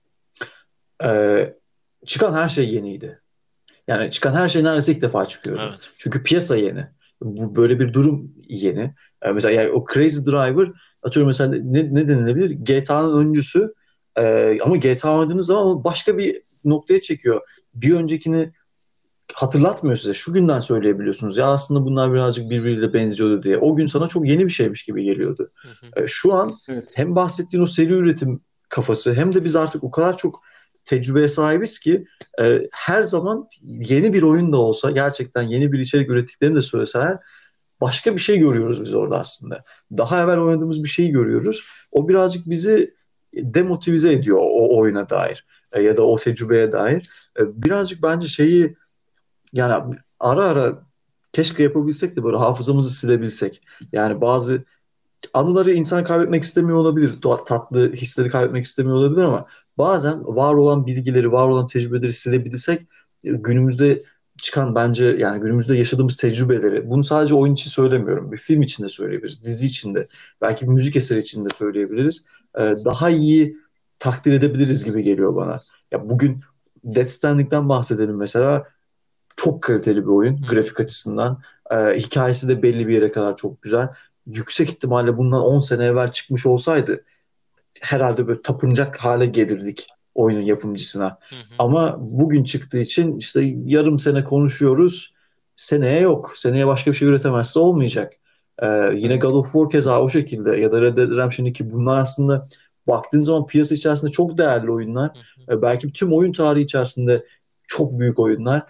E, çıkan her şey yeniydi. Yani çıkan her şey neredeyse ilk defa çıkıyordu. Evet. Çünkü piyasa yeni. Bu böyle bir durum yeni. Ee, mesela yani o Crazy Driver atıyorum mesela ne, ne denilebilir? G T A'nın öncüsü. Ee, ama G T A oynadığınız zaman o başka bir noktaya çekiyor. Bir öncekini hatırlatmıyor size. Şu günden söyleyebiliyorsunuz. Ya aslında bunlar birazcık birbiriyle benziyordu diye. O gün sana çok yeni bir şeymiş gibi geliyordu. Hı hı. Ee, şu an Evet. hem bahsettiğin o seri üretim kafası hem de biz artık o kadar çok tecrübeye sahibiz ki e, her zaman yeni bir oyun da olsa gerçekten yeni bir içerik ürettiklerini de söyleseler başka bir şey görüyoruz biz orada aslında. Daha evvel oynadığımız bir şeyi görüyoruz. O birazcık bizi demotivize ediyor o oyuna dair e, ya da o tecrübeye dair. E, birazcık bence şeyi yani ara ara keşke yapabilsek de böyle hafızamızı silebilsek. Yani bazı anıları insan kaybetmek istemiyor olabilir. Do- Tatlı hisleri kaybetmek istemiyor olabilir ama bazen var olan bilgileri, var olan tecrübeleri silebilsek e, günümüzde çıkan bence yani günümüzde yaşadığımız tecrübeleri bunu sadece oyun için söylemiyorum. Bir film için de söyleyebiliriz. Dizi için de belki bir müzik eseri için de söyleyebiliriz. Ee, daha iyi takdir edebiliriz gibi geliyor bana. Ya bugün Death Stranding'den bahsedelim mesela. Çok kaliteli bir oyun Hı hı. grafik açısından. Ee, hikayesi de belli bir yere kadar çok güzel. Yüksek ihtimalle bundan on sene evvel çıkmış olsaydı herhalde böyle tapınacak hale gelirdik oyunun yapımcısına. Hı hı. Ama bugün çıktığı için işte yarım sene konuşuyoruz. Seneye yok. Seneye başka bir şey üretemezse olmayacak. Ee, yine Evet. God of War keza o şekilde ya da Red Dead Redemption iki bunlar aslında baktığın zaman piyasa içerisinde çok değerli oyunlar. Hı hı. E, belki tüm oyun tarihi içerisinde çok büyük oyunlar.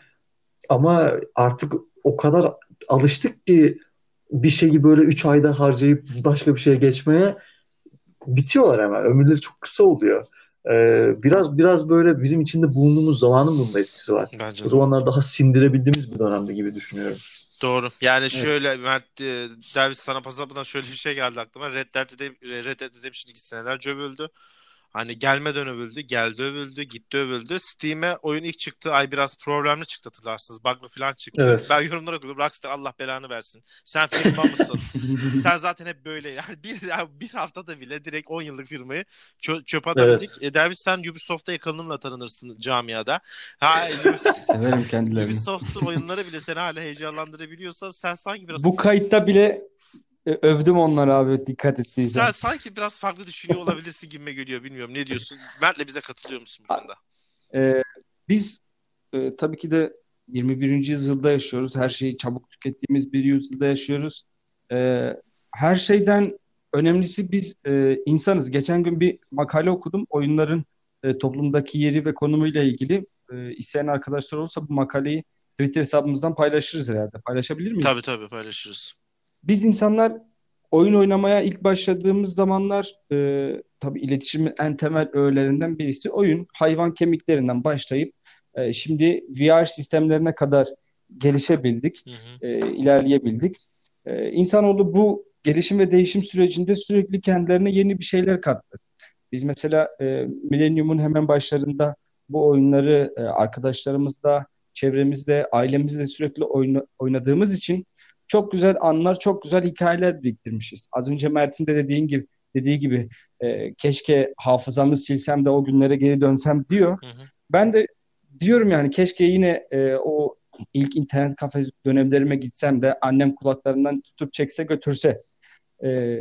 Ama artık o kadar alıştık ki bir şeyi böyle üç ayda harcayıp başka bir şeye geçmeye, bitiyorlar hemen. Ömürleri çok kısa oluyor. Ee, biraz biraz böyle bizim içinde bulunduğumuz zamanın bunun da etkisi var. Bence O de. zamanlar daha sindirebildiğimiz bir dönemde gibi düşünüyorum. Doğru. Yani Evet. şöyle Mert, e, Derviş, sana pas atmadan şöyle bir şey geldi aklıma. Red Dead Redemption, Red Dead Redemption iki senelerce övüldü. Hani gelmeden övüldü, geldi övüldü, gitti övüldü. Steam'e oyun ilk çıktığı ay biraz problemli çıktı, hatırlarsınız. Bug'lı falan çıktı. Evet. Ben yorumlar okudum. Rockstar Allah belanı versin. Sen firma mısın? Sen zaten hep böyle. Yani bir, yani bir haftada bile direkt on yıllık firmayı çö- çöpe Evet. atabildik. E, Derviş, sen Ubisoft'ta yakınınla tanınırsın camiada. Ha, Ubis- Severim kendilerini. Ubisoft'un oyunları bile seni hala heyecanlandırabiliyorsa sen sanki biraz Bu kayıtta bile e, övdüm onları abi, dikkat sen ettiysen. sanki biraz farklı düşünüyor olabilirsin gibime geliyor. Bilmiyorum, ne diyorsun? Mert'le bize katılıyor musun bu A- konuda? e, Biz e, tabii ki de yirmi birinci yüzyılda yaşıyoruz. Her şeyi çabuk tükettiğimiz bir yüzyılda yaşıyoruz. E, Her şeyden önemlisi biz e, insanız. Geçen gün bir makale okudum. Oyunların e, toplumdaki yeri ve konumuyla ilgili. E, isteyen arkadaşlar olursa bu makaleyi Twitter hesabımızdan paylaşırız herhalde. Paylaşabilir Tabii miyiz? tabii, paylaşırız. Biz insanlar oyun oynamaya ilk başladığımız zamanlar e, tabii iletişimin en temel öğelerinden birisi oyun. Hayvan kemiklerinden başlayıp e, şimdi V R sistemlerine kadar gelişebildik, Hı hı. e, ilerleyebildik. E, insanoğlu bu gelişim ve değişim sürecinde sürekli kendilerine yeni bir şeyler kattı. Biz mesela e, Millennium'un hemen başlarında bu oyunları e, arkadaşlarımızla, çevremizde, ailemizle sürekli oyna- oynadığımız için çok güzel anlar, çok güzel hikayeler biriktirmişiz. Az önce Mert'in de dediğin gibi, dediği gibi e, keşke hafızamı silsem de o günlere geri dönsem diyor. Hı hı. Ben de diyorum yani keşke yine e, o ilk internet kafe dönemlerime gitsem de annem kulaklarından tutup çekse götürse. E,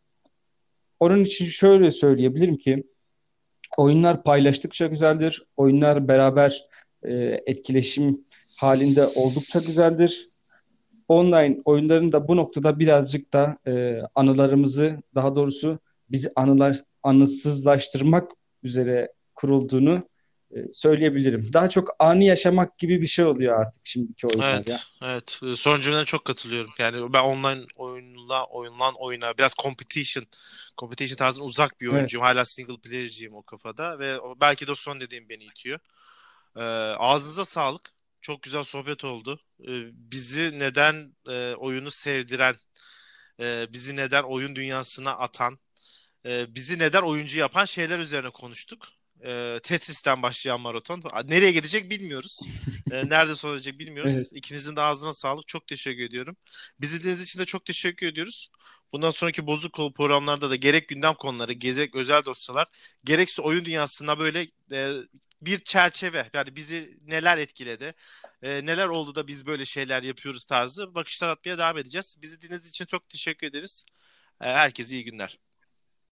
Onun için şöyle söyleyebilirim ki oyunlar paylaştıkça güzeldir. Oyunlar beraber e, etkileşim halinde oldukça güzeldir. Online oyunların da bu noktada birazcık da e, anılarımızı, daha doğrusu bizi anılar, anısızlaştırmak üzere kurulduğunu e, söyleyebilirim. Daha çok anı yaşamak gibi bir şey oluyor artık şimdiki oyunlar ya. Evet, evet. Ee, Son cümlene çok katılıyorum. Yani ben online oyunla oyunlan oyuna biraz competition competition tarzından uzak bir Evet. oyuncuyum. Hala single player'ciyim o kafada ve o- belki de o son dediğim beni itiyor. Ee, Ağzınıza sağlık. Çok güzel sohbet oldu. Ee, bizi neden e, oyunu sevdiren, e, bizi neden oyun dünyasına atan, e, bizi neden oyuncu yapan şeyler üzerine konuştuk. E, Tetris'ten başlayan maraton. Nereye gidecek bilmiyoruz. E, nerede son olacak bilmiyoruz. Evet. İkinizin de ağzına sağlık. Çok teşekkür ediyorum. Bizi dinlediğiniz için de çok teşekkür ediyoruz. Bundan sonraki bozuk kol programlarda da gerek gündem konuları, gerek özel dosyalar, gerekse oyun dünyasında böyle e, bir çerçeve. Yani bizi neler etkiledi, e, neler oldu da biz böyle şeyler yapıyoruz tarzı bakışlar atmaya devam edeceğiz. Bizi dinlediğiniz için çok teşekkür ederiz. E, herkese iyi günler.